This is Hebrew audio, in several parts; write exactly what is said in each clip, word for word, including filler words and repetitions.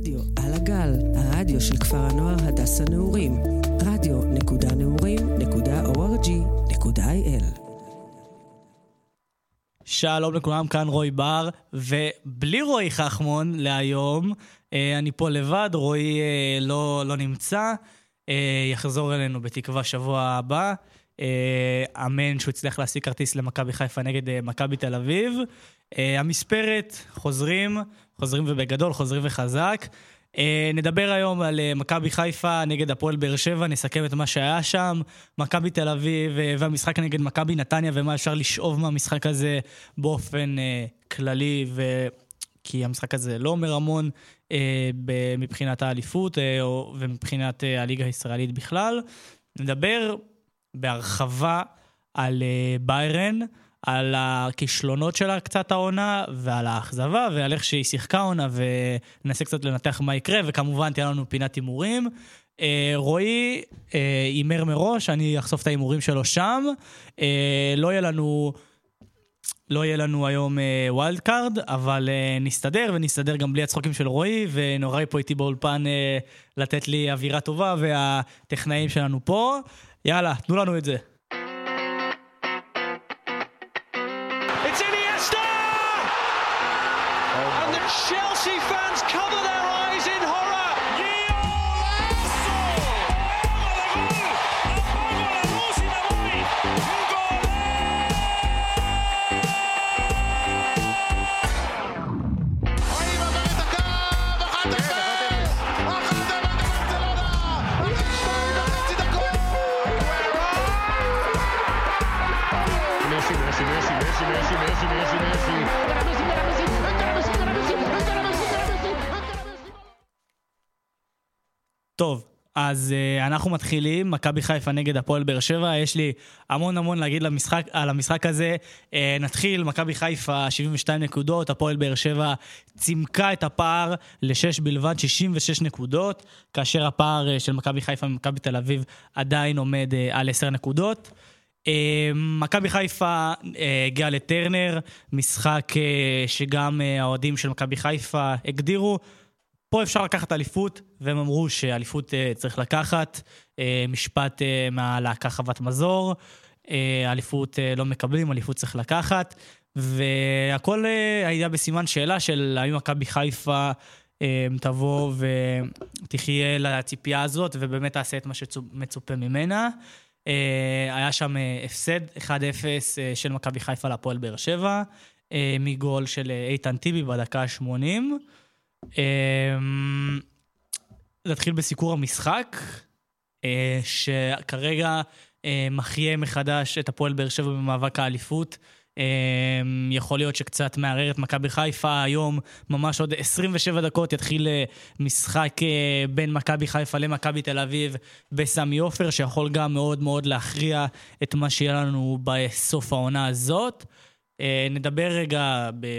רדיו על הגל, הרדיו של כפר הנוער הדס הנעורים, רדיו נקודה נעורים נקודה או אר ג'י נקודה איי אל. שלום לכולם, כאן רוי בר, ובלי רוי חכמון להיום, אני פה לבד, רוי לא, לא נמצא, יחזור אלינו בתקווה שבוע הבא, אמן שהוא הצליח להשיג כרטיס למכבי חיפה נגד מכבי תל אביב. המספרת, חוזרים, חוזרים ובגדול, חוזרים וחזק. נדבר היום על מכבי חיפה נגד הפועל באר שבע, נסכם את מה שהיה שם, מכבי תל אביב והמשחק נגד מכבי נתניה ומה אפשר לשאוב מהמשחק הזה באופן כללי, כי המשחק הזה לא אומר המון מבחינת האליפות ומבחינת הליגה הישראלית בכלל. נדבר בהרחבה על ביירן, על הכישלונות שלה קצת העונה, ועל האכזבה, ועל איך שהיא שיחקה עונה, וננסה קצת לנתח מה יקרה, וכמובן תהיה לנו פינת הימורים. רועי אימר מראש, אני אחשוף את האימורים שלו שם. לא יהיה לנו, לא יהיה לנו היום ווילד קארד, אבל נסתדר, ונסתדר גם בלי הצחוקים של רועי, ונוראי פה איתי באולפן לתת לי אווירה טובה, והטכנאים שלנו פה. יאללה, תנו לנו את זה. Chelsea fans cover their eyes in horror. טוב, אז uh, אנחנו מתחילים, מכבי חיפה נגד הפועל באר שבע, יש לי המון המון להגיד למשחק, על המשחק הזה. uh, נתחיל, מכבי חיפה שבעים ושתיים נקודות, הפועל באר שבע צימקה את הפער לשש בלבד, שישים ושש נקודות, כאשר הפער uh, של מכבי חיפה ומכבי תל אביב עדיין עומד uh, על עשר נקודות. Uh, מכבי חיפה uh, הגיע לטרנר, משחק uh, שגם uh, האוהדים של מכבי חיפה הגדירו, פה אפשר לקחת אליפות, והם אמרו שאליפות uh, צריך לקחת, uh, משפט uh, מהלהקה חוות מזור, uh, אליפות uh, לא מקבלים, אליפות צריך לקחת, והכל uh, היה בסימן שאלה של האם מכבי חיפה uh, תבוא ותחיה לציפייה הזאת, ובאמת תעשה את מה שמצופה ממנה. Uh, היה שם uh, הפסד אחד אפס uh, של מכבי חיפה לפועל באר שבע, uh, מגול של uh, איתן טיבי בדקה ה-שמונים, נתחיל בסיקור המשחק, שכרגע מחיה מחדש את הפועל באר שבע במאבק האליפות. יכול להיות שקצת מערער את מכבי חיפה. היום ממש עוד עשרים ושבע דקות יתחיל משחק בין מכבי חיפה למכבי תל אביב בסמי עופר, שיכול גם מאוד מאוד להכריע את מה שיהיה לנו בסוף העונה הזאת. נדבר רגע ב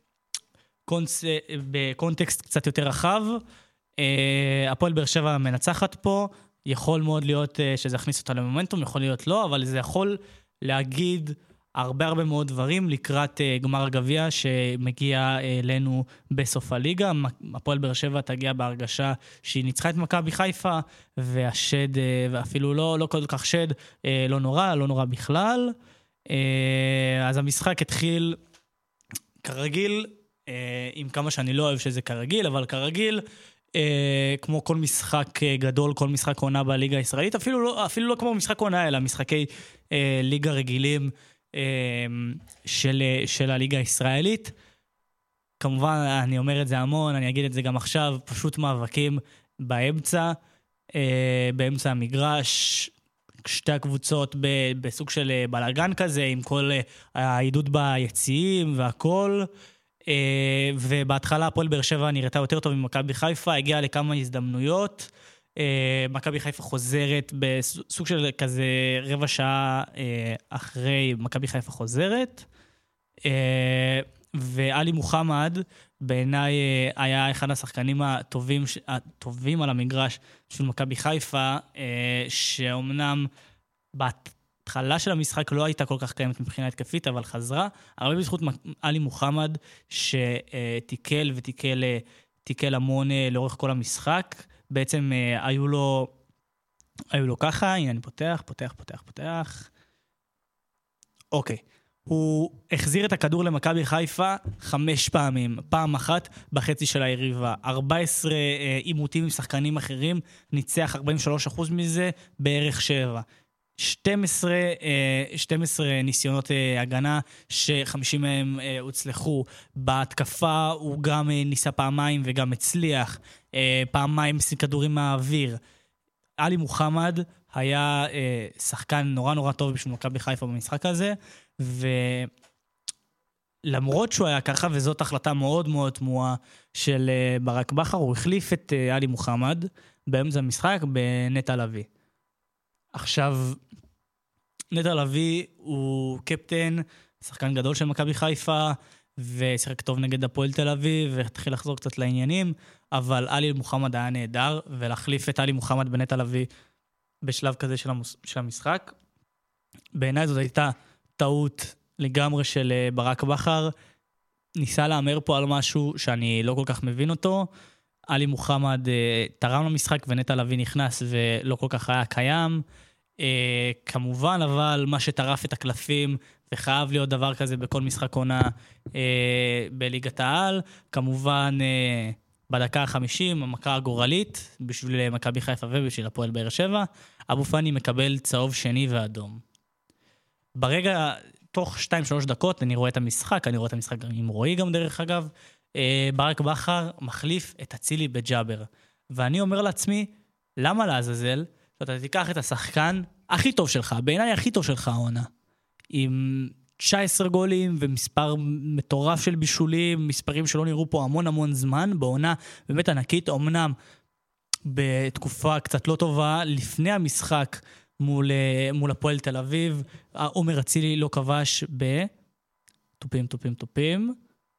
בקונטקסט קצת יותר רחב. הפועל באר שבע מנצחת פה, יכול מאוד להיות שזה יכניס אותה למומנטום, יכול להיות לא, אבל זה יכול להגיד הרבה הרבה מאוד דברים לקראת גמר הגביע שמגיע אלינו בסוף הליגה. הפועל באר שבע תגיע בהרגשה שהיא ניצחה את מכבי חיפה, והשד, ואפילו לא, לא כל כך שד, לא נורא, לא נורא בכלל. אז המשחק התחיל כרגיל, עם כמה שאני לא אוהב שזה כרגיל, אבל כרגיל, כמו כל משחק גדול, כל משחק עונה בליגה הישראלית, אפילו לא, אפילו לא כמו משחק עונה, אלא משחקי ליגה רגילים של, של הליגה הישראלית. כמובן, אני אומר את זה המון, אני אגיד את זה גם עכשיו, פשוט מאבקים באמצע, באמצע המגרש, שתי הקבוצות בסוג של בלגן כזה, עם כל העידוד ביציעים והכל, ובהתחלה הפועל באר שבע נראתה יותר טוב ממכבי חיפה, הגיעה לכמה הזדמנויות, מכבי חיפה חוזרת בסוג של כזה רבע שעה אחרי מכבי חיפה חוזרת, ואלי מוחמד בעיניי היה אחד השחקנים הטובים, הטובים על המגרש של מכבי חיפה, שאומנם בהתחלה של המשחק לא הייתה כל כך קיימת מבחינה התקפית, אבל חזרה, הרבה בזכות אלי מוחמד שתיקל ותיקל תיקל המון לאורך כל המשחק. בעצם היו לו, היו לו ככה, הנה אני פותח, פותח, פותח, פותח. אוקיי. הוא החזיר את הכדור למכבי חיפה חמש פעמים, פעם אחת בחצי של היריבה. ארבע עשרה אימותים עם שחקנים אחרים, ניצח ארבעים ושלושה אחוז מזה, בערך שבע. שתים עשרה ניסיונות הגנה, שחמישים מהם הוצלחו. בהתקפה הוא גם ניסה פעמיים וגם הצליח. פעמיים כדורים מהאוויר. עלי מוחמד היה שחקן נורא נורא טוב בשביל מכבי חיפה במשחק הזה, ולמרות שהוא היה ככה, וזאת החלטה מאוד מאוד תמוהה של ברק בכר, הוא החליף את עלי מוחמד באמצע המשחק בנטע לביא. עכשיו, נטע לביא הוא קפטן, שחקן גדול של מכבי חיפה, ושיחק טוב נגד הפועל תל אביב, והתחיל לחזור קצת לעניינים, אבל עלי מוחמד היה נהדר, ולהחליף את עלי מוחמד בנטע לביא בשלב כזה של, המוס... של המשחק. בעיניי זאת הייתה טעות לגמרי של ברק בכר, ניסה לאמר פה על משהו שאני לא כל כך מבין אותו. עלי מוחמד תרם למשחק ונטע לביא נכנס ולא כל כך היה קיים. כמובן, אבל מה שטרף את הקלפים, וחייב להיות דבר כזה בכל משחק עונה בליגת העל, כמובן בדקה ה-חמישים, המכה הגורלית, בשביל מכבי חיפה ובשביל הפועל באר שבע, אבו פאני מקבל צהוב שני ואדום. ברגע, תוך שתיים שלוש דקות, אני רואה את המשחק, אני רואה את המשחק עם רועי גם דרך אגב, ברק בכר מחליף את אצילי בג'אבר. ואני אומר לעצמי, למה לעזאזל? שאתה תיקח את השחקן הכי טוב שלך, בעיניי הכי טוב שלך העונה, עם תשע עשרה גולים ומספר מטורף של בישולים, מספרים שלא נראו פה המון המון זמן, בעונה באמת ענקית, אמנם בתקופה קצת לא טובה, לפני המשחק מול, מול הפועל תל אביב, עומר אצילי לא כבש בטופים, טופים, טופים.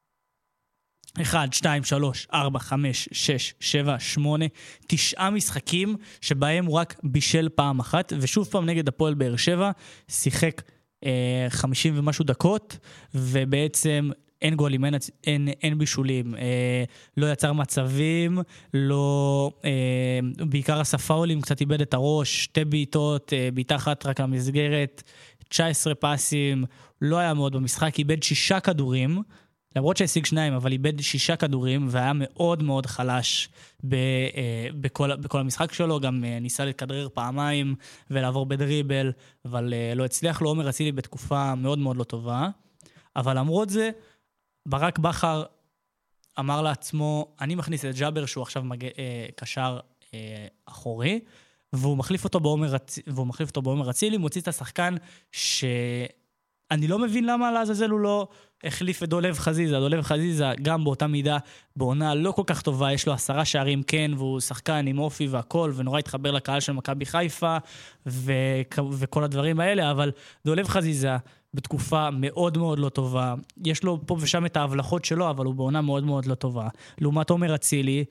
אחד, שתיים, שלוש, ארבע, חמש, שש, שבע, שמונה, תשעה משחקים שבהם הוא רק בישל פעם אחת, ושוב פעם נגד הפועל באר שבע, שיחק אה, חמישים ומשהו דקות, ובעצם אין גולים, אין, אין, אין בישולים, אה, לא יצר מצבים, לא, אה, בעיקר הספאולים קצת איבד את הראש, שתי בעיטות, אה, בעיטה אחת רק למסגרת, תשע עשרה פסים, לא היה מאוד במשחק, איבד שישה כדורים, למרות שהשיג שניים, אבל איבד שישה כדורים, והיה מאוד מאוד חלש ב, אה, בכל, בכל המשחק שלו, גם אה, ניסה לכדרר פעמיים ולעבור בדריבל, אבל אה, לא הצליח לו. עומר אצילי בתקופה מאוד מאוד לא טובה, אבל למרות זה, ברק בכר אמר לעצמו, אני מכניס את ג'אבר, שהוא עכשיו מג... אה, קשר אה, אחורי, והוא מחליף אותו בעומר, והוא מחליף אותו בעומר אצילי, מוציא את השחקן ש... אני לא מבין למה לעזאזל הוא לא החליף את דולב חזיזה. דולב חזיזה גם באותה מידה, בעונה לא כל כך טובה, יש לו עשרה שערים כן, והוא שחקן עם אופי והכל, ונורא התחבר לקהל של מכבי חיפה, ו... וכל הדברים האלה, אבל דולב חזיזה בתקופה מאוד מאוד לא טובה, יש לו פה ושם את ההבלחות שלו, אבל הוא בעונה מאוד מאוד לא טובה. לעומת עומר אצילי,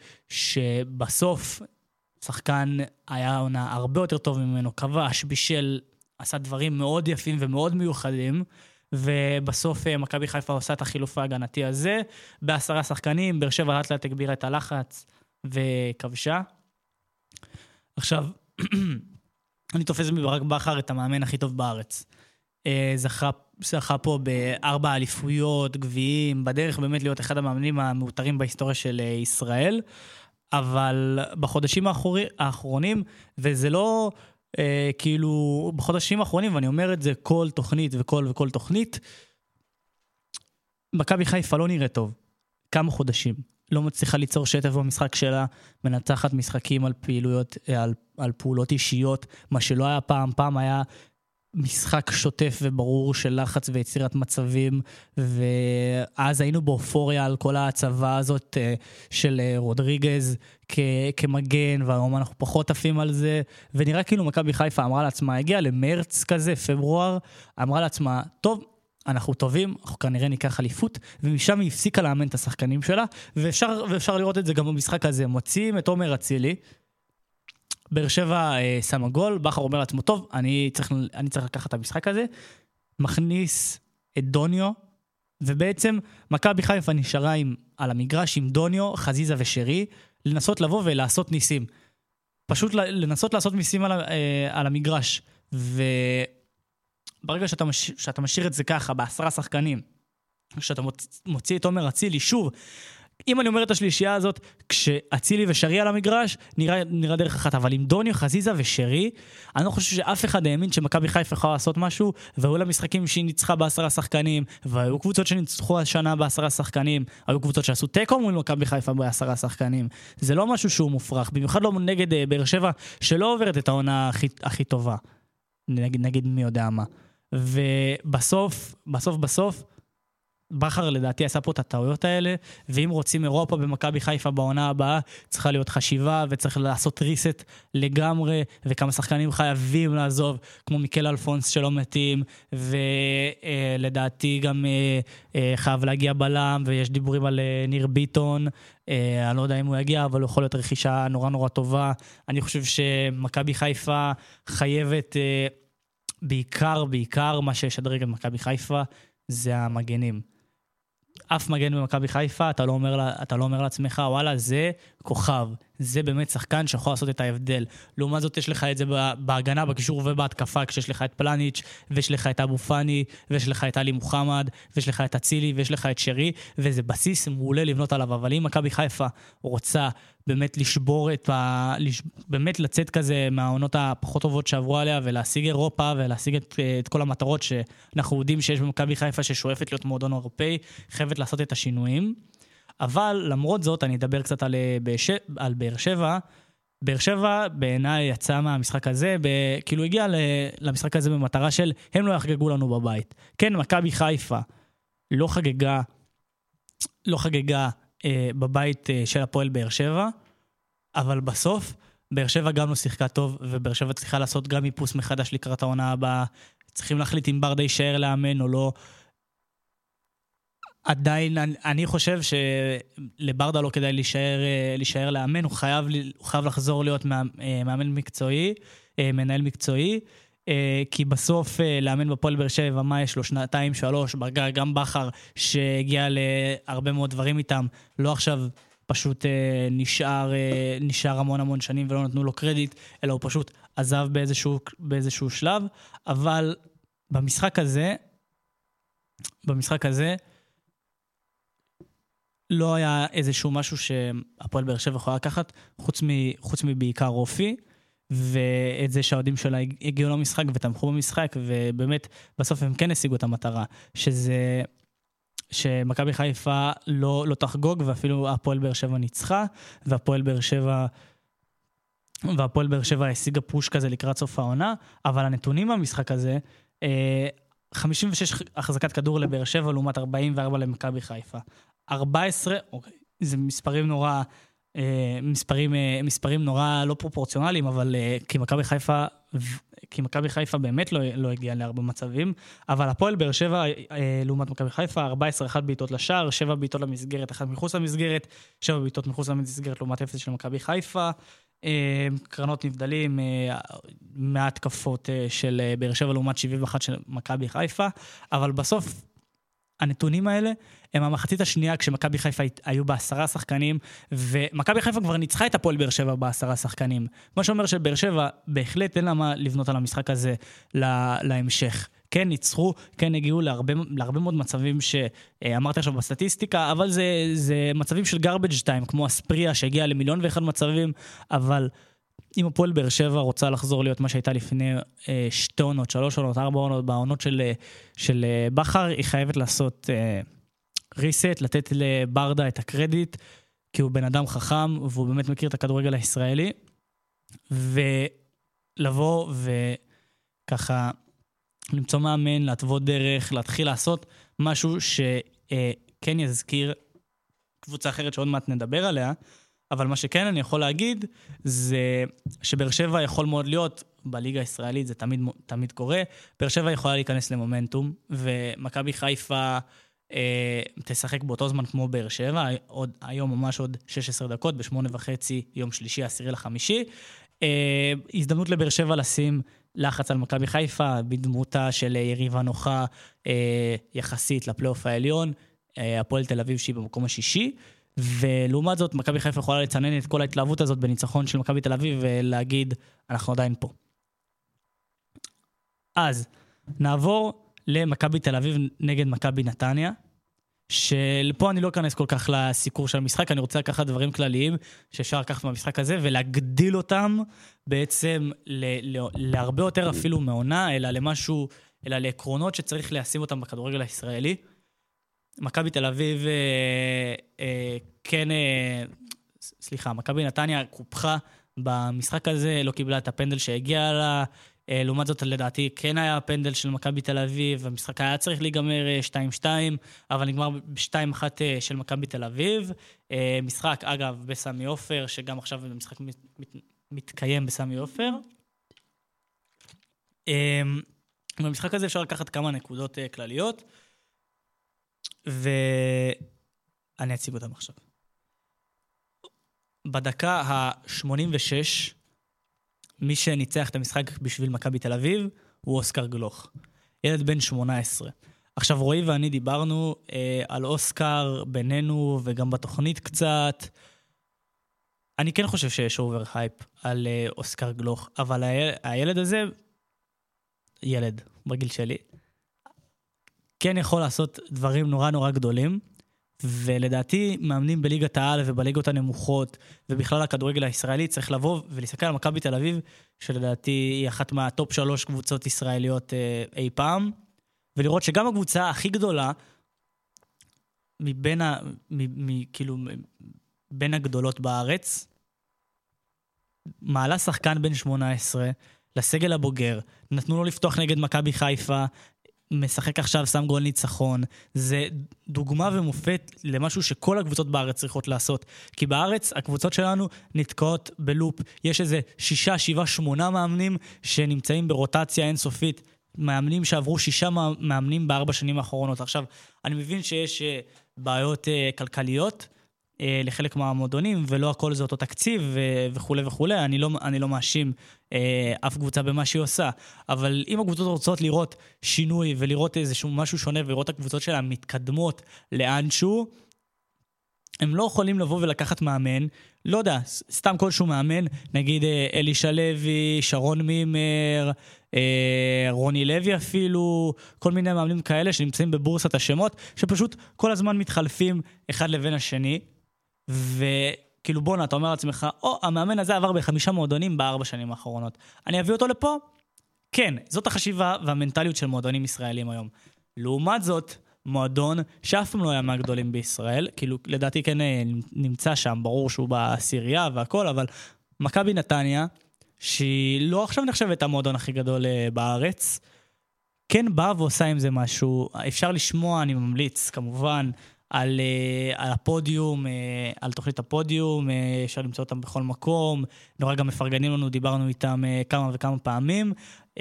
שבסוף שחקן היה עונה הרבה יותר טוב ממנו, כבש, בישל, עשה דברים מאוד יפים ומאוד מיוחדים, ובסוף מכבי חיפה עושה את החילוף ההגנתי הזה, בעשרה שחקנים, באר שבע לאט לאט הגבירה את הלחץ וכבשה. עכשיו, אני תופס מברק בכר את המאמן הכי טוב בארץ. זכה, זכה פה בארבע אליפויות, גביעים, בדרך באמת להיות אחד המאמנים המאותרים בהיסטוריה של ישראל, אבל בחודשים האחרונים, וזה לא... Uh, כאילו בחודשים האחרונים, ואני אומר את זה כל תוכנית וכל וכל תוכנית, מכבי חיפה לא נראה טוב כמה חודשים, לא מצליחה ליצור שטף במשחק שלה, מנצחת משחקים על פעילויות, על, על פעולות אישיות, מה שלא היה פעם, פעם היה משחק שוטף וברור של לחץ ויצירת מצבים, ואז היינו באופוריה על כל ההצבה הזאת של רודריגז כ- כמגן, והיום אנחנו פחות עפים על זה, ונראה כאילו מכבי חיפה אמרה לעצמה, הגיעה למרץ כזה, פברואר, אמרה לעצמה, טוב, אנחנו טובים, אנחנו כנראה ניקח אליפות, ומשם היא הפסיקה לאמן את השחקנים שלה, ואפשר, ואפשר לראות את זה גם במשחק הזה, מוציאים את עומר אצילי, באר שבע אה, שמה גול, בכר אומר לעצמו, טוב, אני צריך, אני צריך לקחת את המשחק הזה, מכניס את דוניו, ובעצם מכבי חיפה נשארה עם, על המגרש עם דוניו, חזיזה ושרי, לנסות לבוא ולעשות ניסים. פשוט לנסות לעשות ניסים על, על המגרש. וברגע שאתה, מש, שאתה משאיר את זה ככה, בעשרה שחקנים, כשאתה מוציא את עומר אצילי, שוב, אם אני אומר את השלישייה הזאת, כשאצילי ושרי על המגרש, נראה, נראה דרך אחת, אבל עם דוניו, חזיזה ושרי, אני לא חושב שאף אחד האמין שמכבי חיפה יכולה לעשות משהו, והיו לה משחקים שהיא ניצחה בעשרה שחקנים, והיו קבוצות שניצחו השנה בעשרה שחקנים, היו קבוצות שעשו טקו מול מכבי חיפה בעשרה שחקנים. זה לא משהו שהוא מופרך, במיוחד לא נגד באר שבע, שלא עוברת את העונה הכי, הכי טובה. נגיד, נגיד מי יודע מה. ובסוף, בסוף, בסוף, בכר לדעתי עשה פה את הטעויות האלה, ואם רוצים אירופה במכבי חיפה בעונה הבאה, צריכה להיות חשיבה, וצריך לעשות ריסט לגמרי, וכמה שחקנים חייבים לעזוב, כמו מיקל אלפונס שלא מתאים, ולדעתי גם חייב להגיע בלם, ויש דיבורים על ניר ביטון, אני לא יודע אם הוא יגיע, אבל הוא יכול להיות רכישה נורא נורא טובה. אני חושב שמכבי חיפה חייבת בעיקר, בעיקר מה שישדרג את מכבי חיפה, זה המגנים. אף מגן במכבי חיפה, אתה לא אומר, אתה לא אומר לעצמך, וואלה, זה כוכב. זה באמת שחקן שיכול לעשות את ההבדל. לעומת זאת, יש לך את זה בהגנה, בקישור ובהתקפה, כשיש לך את פלניץ', ויש לך את אבו פני, ויש לך את אלי מוחמד, ויש לך את אצילי, ויש לך את שרי, וזה בסיס מעולה לבנות עליו. אבל אם מכבי חיפה רוצה באמת לשבור את ה... באמת לצאת כזה מהעונות הפחות טובות שעברו עליה, ולהשיג אירופה, ולהשיג את, את כל המטרות שאנחנו יודעים שיש במכבי חיפה, ששואפת להיות מועדון אירופאי, חייבת לעשות את השינויים. אבל למרות זאת, אני אדבר קצת על, על באר שבע. באר שבע בעיניי יצא מהמשחק הזה, ב, כאילו הגיע למשחק הזה במטרה של, הם לא יחגגו לנו בבית. כן, מכבי חיפה לא חגגה, לא חגגה אה, בבית אה, של הפועל באר שבע, אבל בסוף, באר שבע גם לא שיחקה טוב, ובאר שבע צריכה לעשות גם איפוס מחדש לקראת העונה הבאה, צריכים להחליט אם ברדה יישאר לאמן או לא, עדיין, אני, אני חושב שלברדה לא כדאי להישאר, להישאר לאמן, הוא חייב, הוא חייב לחזור להיות מאמן מקצועי, מנהל מקצועי, כי בסוף לאמן בפועל באר שבע, מה יש לו שנתיים, שלוש, ברגע גם בכר שהגיע להרבה מאוד דברים איתם, לא עכשיו פשוט נשאר, נשאר המון המון שנים ולא נתנו לו קרדיט, אלא הוא פשוט עזב באיזשהו, באיזשהו שלב, אבל במשחק הזה, במשחק הזה, לא היה איזשהו משהו שהפועל באר שבע יכולה לקחת, חוץ, מ, חוץ מבעיקר אופי, ואת זה שהעודים שלה הגיעו למשחק ותמכו במשחק, ובאמת בסוף הם כן השיגו את המטרה, שזה שמכבי חיפה לא, לא תחגוג, ואפילו הפועל באר שבע ניצחה, והפועל באר שבע, והפועל באר שבע השיגה פוש כזה לקראת סוף העונה, אבל הנתונים במשחק הזה, חמישים ושש החזקת כדור לבאר שבע, לעומת ארבעים וארבע למכבי חיפה. ארבע עשרה, אוקיי, זה מספרים נורא, מספרים, מספרים נורא לא פרופורציונליים, אבל כי מכבי חיפה, כי מכבי חיפה באמת לא, לא הגיע להרבה מצבים, אבל הפועל באר שבע, לעומת מכבי חיפה, ארבע עשרה, אחת בעיטות לשער, שבע בעיטות למסגרת, אחת מחוץ למסגרת, שבע בעיטות מחוץ למסגרת, לעומת אפס של מכבי חיפה, קרנות נבדלים, מהתקפות של באר שבע, לעומת שבעים ואחת של מכבי חיפה, אבל בסוף, הנתונים האלה הם המחצית השנייה כשמכבי חיפה היו בעשרה שחקנים, ומכבי חיפה כבר ניצחה את הפועל באר שבע בעשרה שחקנים. מה שאומר שבאר שבע בהחלט אין לה מה לבנות על המשחק הזה לה, להמשך. כן ניצחו, כן הגיעו להרבה, להרבה מאוד מצבים שאמרתי עכשיו בסטטיסטיקה, אבל זה, זה מצבים של garbage time, כמו אספריה שהגיע למיליון ואחד מצבים, אבל אם הפועל באר שבע רוצה לחזור להיות מה שהייתה לפני אה, שתי עונות, שלוש עונות, ארבע עונות, בעונות של, של אה, בכר, היא חייבת לעשות אה, ריסט, לתת לברדה את הקרדיט, כי הוא בן אדם חכם, והוא באמת מכיר את הכדורגל הישראלי, ולבוא וככה למצוא מאמן, להתוות דרך, להתחיל לעשות משהו שכן יזכיר קבוצה אחרת שעוד מעט נדבר עליה, אבל מה שכן אני יכול להגיד, זה שבאר שבע יכול מאוד להיות, בליגה הישראלית זה תמיד, תמיד קורה, באר שבע יכולה להיכנס למומנטום, ומכבי חיפה אה, תשחק באותו זמן כמו באר שבע, עוד, היום ממש עוד שש עשרה דקות, בשמונה וחצי, יום שלישי, עשירי לחמישי, אה, הזדמנות לבאר שבע לשים לחץ על מכבי חיפה, בדמותה של יריבה נוחה אה, יחסית לפלייאוף העליון, אה, הפועל תל אביב שהיא במקום השישי, ולעומת זאת, מכבי חיפה יכולה לצנן את כל ההתלהבות הזאת בניצחון של מכבי תל אביב, ולהגיד, אנחנו עדיין פה. אז, נעבור למכבי תל אביב נגד מכבי נתניה, שלפה אני לא אכנס כל כך לסיקור של המשחק, אני רוצה לקחת דברים כלליים שאפשר לקחת מהמשחק הזה, ולהגדיל אותם בעצם ל- ל- להרבה יותר אפילו מעונה, אלא למשהו, אלא לעקרונות שצריך לשים אותם בכדורגל הישראלי. מכבי תל אביב, אה, אה, כן, אה, סליחה, מכבי נתניה קופחה במשחק הזה, לא קיבלה את הפנדל שהגיע לה, אה, לעומת זאת לדעתי כן היה הפנדל של מכבי תל אביב, המשחק היה צריך להיגמר שתיים שתיים, אבל נגמר ב-שתיים אחת של מכבי תל אביב. אה, משחק, אגב, בסמי עופר, שגם עכשיו המשחק מת, מת, מתקיים בסמי עופר. אה, במשחק הזה אפשר לקחת כמה נקודות אה, כלליות, ואני אציג אותם עכשיו. בדקה ה-שמונים ושש, מי שניצח את המשחק בשביל מכבי תל אביב, הוא אוסקר גלוך. ילד בן שמונה עשרה. עכשיו רועי ואני דיברנו אה, על אוסקר בינינו, וגם בתוכנית קצת. אני כן חושב שיש אובר הייפ על אה, אוסקר גלוך, אבל הילד, הילד הזה, ילד בגיל שלי, כן יכול לעשות דברים נורא נורא גדולים, ולדעתי מאמנים בליגת העל ובליגות הנמוכות, ובכלל הכדורגל הישראלי, צריך לבוא ולהסתכל על מכבי תל אביב, שלדעתי היא אחת מהטופ שלוש קבוצות ישראליות אה, אי פעם, ולראות שגם הקבוצה הכי גדולה, מבין ה, מ, מ, כאילו, בין הגדולות בארץ, מעלה שחקן בן שמונה עשרה, לסגל הבוגר, נתנו לו לפתוח נגד מכבי חיפה, משחק עכשיו, שם גול ניצחון. זה דוגמה ומופת למשהו שכל הקבוצות בארץ צריכות לעשות. כי בארץ הקבוצות שלנו נתקעות בלופ. יש איזה שישה, שבעה, שמונה מאמנים שנמצאים ברוטציה אינסופית. מאמנים שעברו שישה מאמנים בארבע שנים האחרונות. עכשיו, אני מבין שיש בעיות כלכליות לחלק מהמועדונים, ולא הכל זה אותו תקציב וכו' וכו'. אני לא, אני לא מאשים אף קבוצה במה שהיא עושה, אבל אם הקבוצות רוצות לראות שינוי ולראות איזשהו משהו שונה, ולראות הקבוצות שלה מתקדמות לאנשהו, הם לא יכולים לבוא ולקחת מאמן, לא יודע, סתם כלשהו מאמן, נגיד אלישע לוי, שרון מימר, רוני לוי אפילו, כל מיני מאמנים כאלה שנמצאים בבורסת השמות, שפשוט כל הזמן מתחלפים אחד לבין השני, וכאילו בונה, אתה אומר לעצמך, או, המאמן הזה עבר בחמישה מועדונים בארבע שנים האחרונות. אני אביא אותו לפה? כן, זאת החשיבה והמנטליות של מועדונים ישראלים היום. לעומת זאת, מועדון שאף פעם לא היה מהגדולים בישראל, כאילו לדעתי כן נמצא שם, ברור שהוא בעשירייה והכל, אבל מכבי נתניה, שהיא לא עכשיו נחשבת המועדון הכי גדול בארץ, כן באה ועושה עם זה משהו. אפשר לשמוע, אני ממליץ כמובן, על, על הפודיום, על תוכנית הפודיום, אפשר למצוא אותם בכל מקום, נורא גם מפרגנים לנו, דיברנו איתם כמה וכמה פעמים,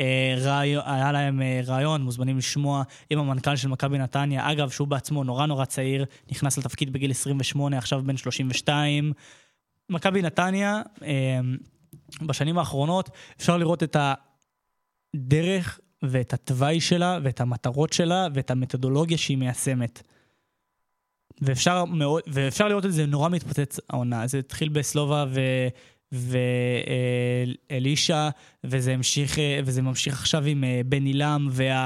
היה להם רעיון, מוזמנים לשמוע עם המנכ"ל של מכבי נתניה, אגב שהוא בעצמו נורא נורא צעיר, נכנס לתפקיד בגיל עשרים ושמונה, עכשיו בן שלושים ושתיים. מכבי נתניה, בשנים האחרונות, אפשר לראות את הדרך ואת התוואי שלה, ואת המטרות שלה, ואת המתודולוגיה שהיא מיישמת. ואפשר מאוד, ואפשר לראות את זה נורא מתפוצץ העונה. זה התחיל בסלובה ו ואלישע, וזה המשיך, וזה ממשיך עכשיו עם בן אילם, וה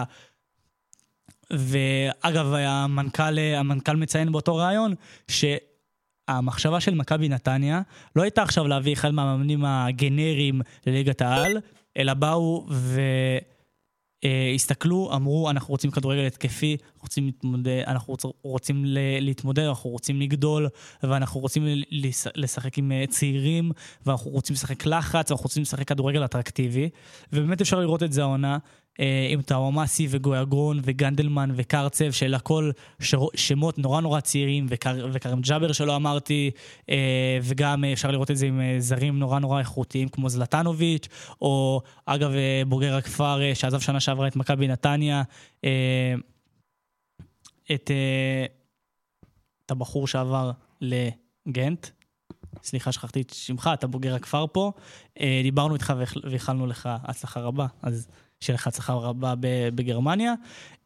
ואגב המנכ"ל המנכ"ל מציין באותו רעיון שהמחשבה של מכבי נתניה לא הייתה עכשיו להביא אחד מהמאמנים הגנריים לליגת העל, אלא באו ו הסתכלו, אמרו, אנחנו רוצים כדורגל התקפי, אנחנו רוצים להתמודד, אנחנו רוצים להתמודד, אנחנו רוצים לגדול, ואנחנו רוצים לשחק עם צעירים, ואנחנו רוצים לשחק לחץ, ואנחנו רוצים לשחק כדורגל אטרקטיבי, ובאמת אפשר לראות את זה העונה, עם טאוואמאסי וגויאגרון וגנדלמן וקרצב, של הכל שמות נורא נורא צעירים, וקרם ג'אבר שלא אמרתי, וגם אפשר לראות את זה עם זרים נורא נורא איכותיים, כמו זלטנוביץ', או אגב בוגר הכפר שעזב שנה שעברה את מכבי נתניה, את, את הבחור שעבר לגנט, סליחה, שכחתי את שמך, אתה בוגר הכפר פה, דיברנו איתך והחלנו לך הצלחה רבה, אז שיהיה לך הצלחה רבה בגרמניה,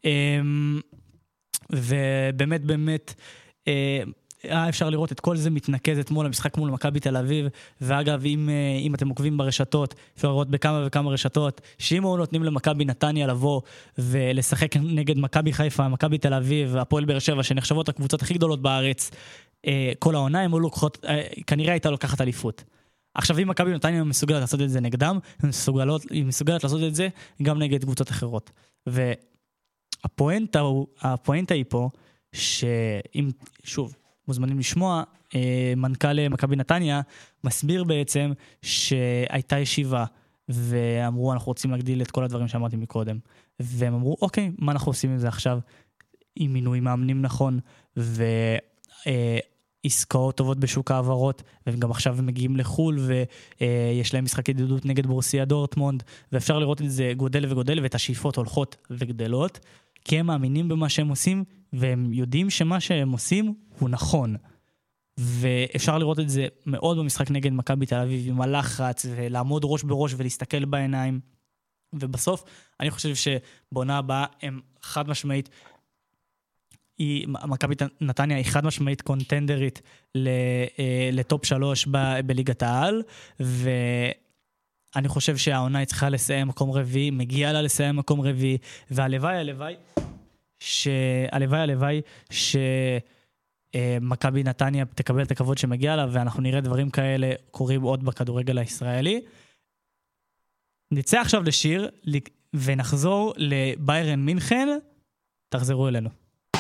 ובאמת, באמת, היה אפשר לראות את כל זה מתנקז אתמול המשחק מול מכבי תל אביב, ואגב, אם, אם אתם עוקבים ברשתות, אפשר לראות בכמה וכמה רשתות, שאם הוא נותנים למכבי נתניה לבוא ולשחק נגד מכבי חיפה, מכבי תל אביב, הפועל באר שבע, שנחשבות הקבוצות הכי גדולות בארץ, כל העונה, הם לוקחות, כנראה הייתה לוקחת אליפות. עכשיו, אם מכבי נתניה מסוגלת לעשות את זה נגדם, היא מסוגלת, היא מסוגלת לעשות את זה גם נגד קבוצות אחרות. והפואנטה הוא, הפואנטה היא פה, שאם, שוב, מוזמנים לשמוע, מנכ"ל מכבי נתניה מסביר בעצם שהייתה ישיבה, ואמרו, אנחנו רוצים להגדיל את כל הדברים שאמרתי מקודם. והם אמרו, אוקיי, מה אנחנו עושים עם זה עכשיו? עם מינוי מאמנים נכון, ועסקאות טובות בשוק העברות, וגם עכשיו הם מגיעים לחול, ויש להם משחק ידידות נגד בורסיה דורטמונד, ואפשר לראות את זה גודל וגודל, ואת השאיפות הולכות וגדלות, כי הם מאמינים במה שהם עושים, והם יודעים שמה שהם עושים הוא נכון. ואפשר לראות את זה מאוד במשחק נגד מכבי תל אביב, עם הלחץ, ולעמוד ראש בראש ולהסתכל בעיניים. ובסוף, אני חושב שבעונה הבאה הם חד משמעית, מכבי נתניה היא חד משמעית קונטנדרית לטופ שלוש בליגת העל, ואני חושב שהעונה צריכה לסיים מקום רביעי, מגיעה לה לסיים מקום רביעי, והלוואי, הלוואי, שהלוואי, הלוואי, שמכבי נתניה תקבל את הכבוד שמגיע לה, ואנחנו נראה דברים כאלה קורים עוד בכדורגל הישראלי. נצא עכשיו לשיר, ונחזור לביירן מינכן, תחזרו אלינו.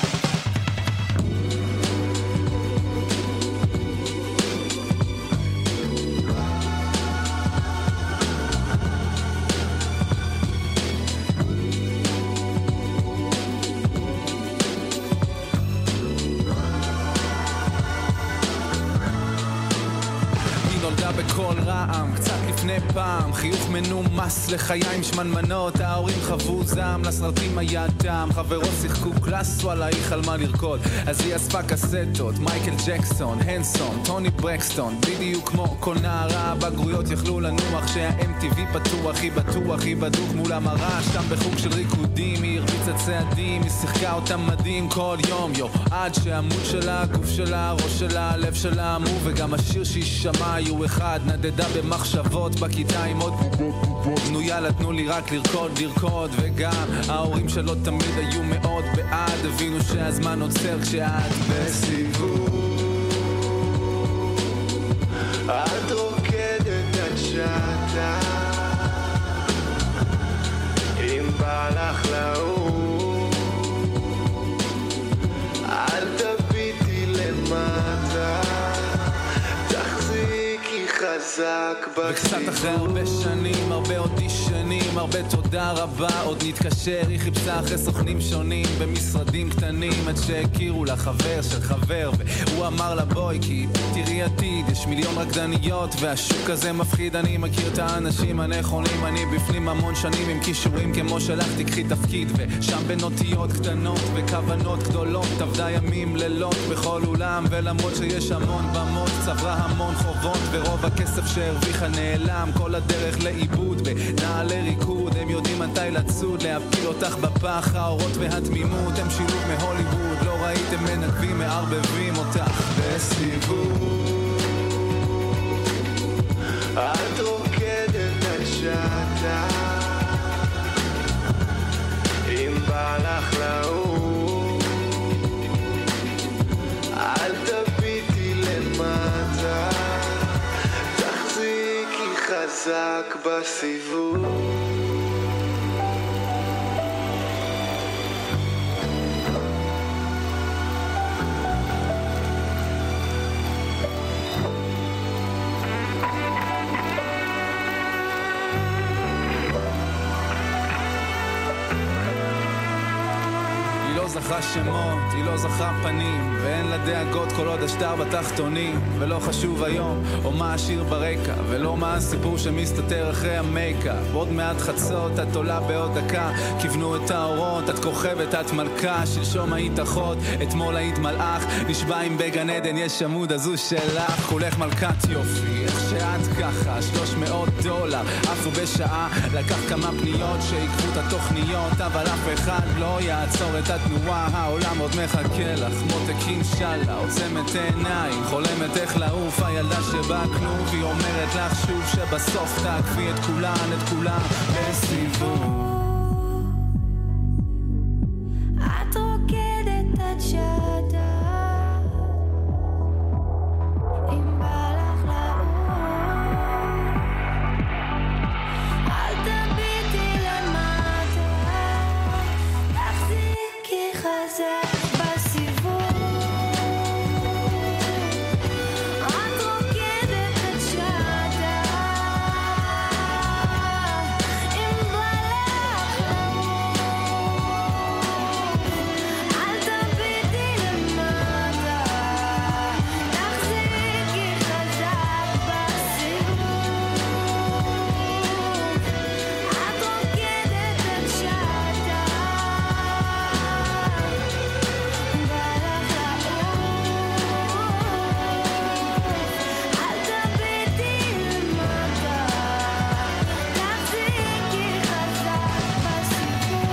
בכל רעם, קצת לפני פעם, חיוך מנומס לחיים שמנמנות, ההורים חוו זעם, לסרטים היה דם, חברות שיחקו קלאס, וואלה היא חלמה לרקוד, אז היא אספה קסטות, מייקל ג'קסון, הנסון, טוני ברקסטון, בדיוק כמו כל נערה, בגרויות יכלו לנוח, שה-אם טי וי פתוח, היא בטוח, היא בדוק מול המראה, שם בחוג של ריקודים, היא הרביצה צעדים, היא שיחקה אותם מדהים כל יום, יו, עד שהעמוד שלה, גוף שלה, ראש שלה, לב שלה, עמו, וגם השיר שהיא שמעה היו אחד, נדדה במחשבות בכיתה עם עוד בובות, נו יאללה תנו לי רק לרקוד, לרקוד, וגם ההורים שלו תמיד היו מאוד בעד, הבינו שהזמן עוצר כשאת בסיבוב, את רוקדת עד שעתה, אם בא לך לאור, אל תביטי למטה, וקצת אחרי הרבה שנים, הרבה אודישנים, הרבה תודה רבה, עוד נתקשר, היא חיפשה אחרי סוכנים שונים במשרדים קטנים, עד שהכירו לה חבר של חבר, והוא אמר לה בואי כי תראי עתיד, יש מיליון רקדניות והשוק הזה מפחיד, אני מכיר את האנשים הנכונים, אני בפנים המון שנים עם כישורים כמו שלך, תקחי תפקיד, ושם בנוטיות קטנות וכוונות גדולות, עבדה ימים לילות בכל אולם, ולמרות שיש המון במות, צברה המון חובות, ורוב הכסף שהרוויחה נעלם כל הדרך לאיבוד, ונעלי ריקוד הם יודעים מתי לצוד, להפיל אותך בפח, האורות והתמימות הם שילוב מהוליווד, לא ראיתם מנגבים, מערבבים אותך בסיבוב, את רוקדת עד שעתה, אם בא לך לאור, אל תביטי למטה, חזק בסיבוב, זכה שמות, היא לא זכה פנים, ואין לה דאגות כל עוד השטר בתחתונים, ולא חשוב היום או מה השיר ברקע, ולא מה הסיפור שמסתתר אחרי המייקה. עוד מעט חצות, את עולה בעוד דקה, כיוונו את האורות, את כוכבת, את מלכה, שלשום היית אחות, אתמול היית מלאך, נשבע עם בגן עדן יש עמוד הזו שלך, כולך מלכת יופי, איך שאת ככה, שלוש מאות דולר, עפו בשעה, לקח כמה פניות שעקבו את התוכניות, אבל אף אחד לא יעצור את התנועה, העולם עוד מחכה לך, מותק אינשאללה, עוצמת עיניים, חולמת איך לעוף, הילדה שבאה כלוב, היא אומרת לך שוב שבסוף תעקבי את כולן, את כולן בסיבוב. את רוקדת עד שעתה, אם בא לך לעוף, אל תביטי למטה, תחזיקי חזק בסיבוב. את רוקדת עד שעתה, אם בא לך לעוף, אל תביטי למטה, תחזיקי חזק בסיבוב. את רוקדת עד שעתה, בא לך לעוף, אל תביטי למטה, תחזיקי חזק בסיבוב.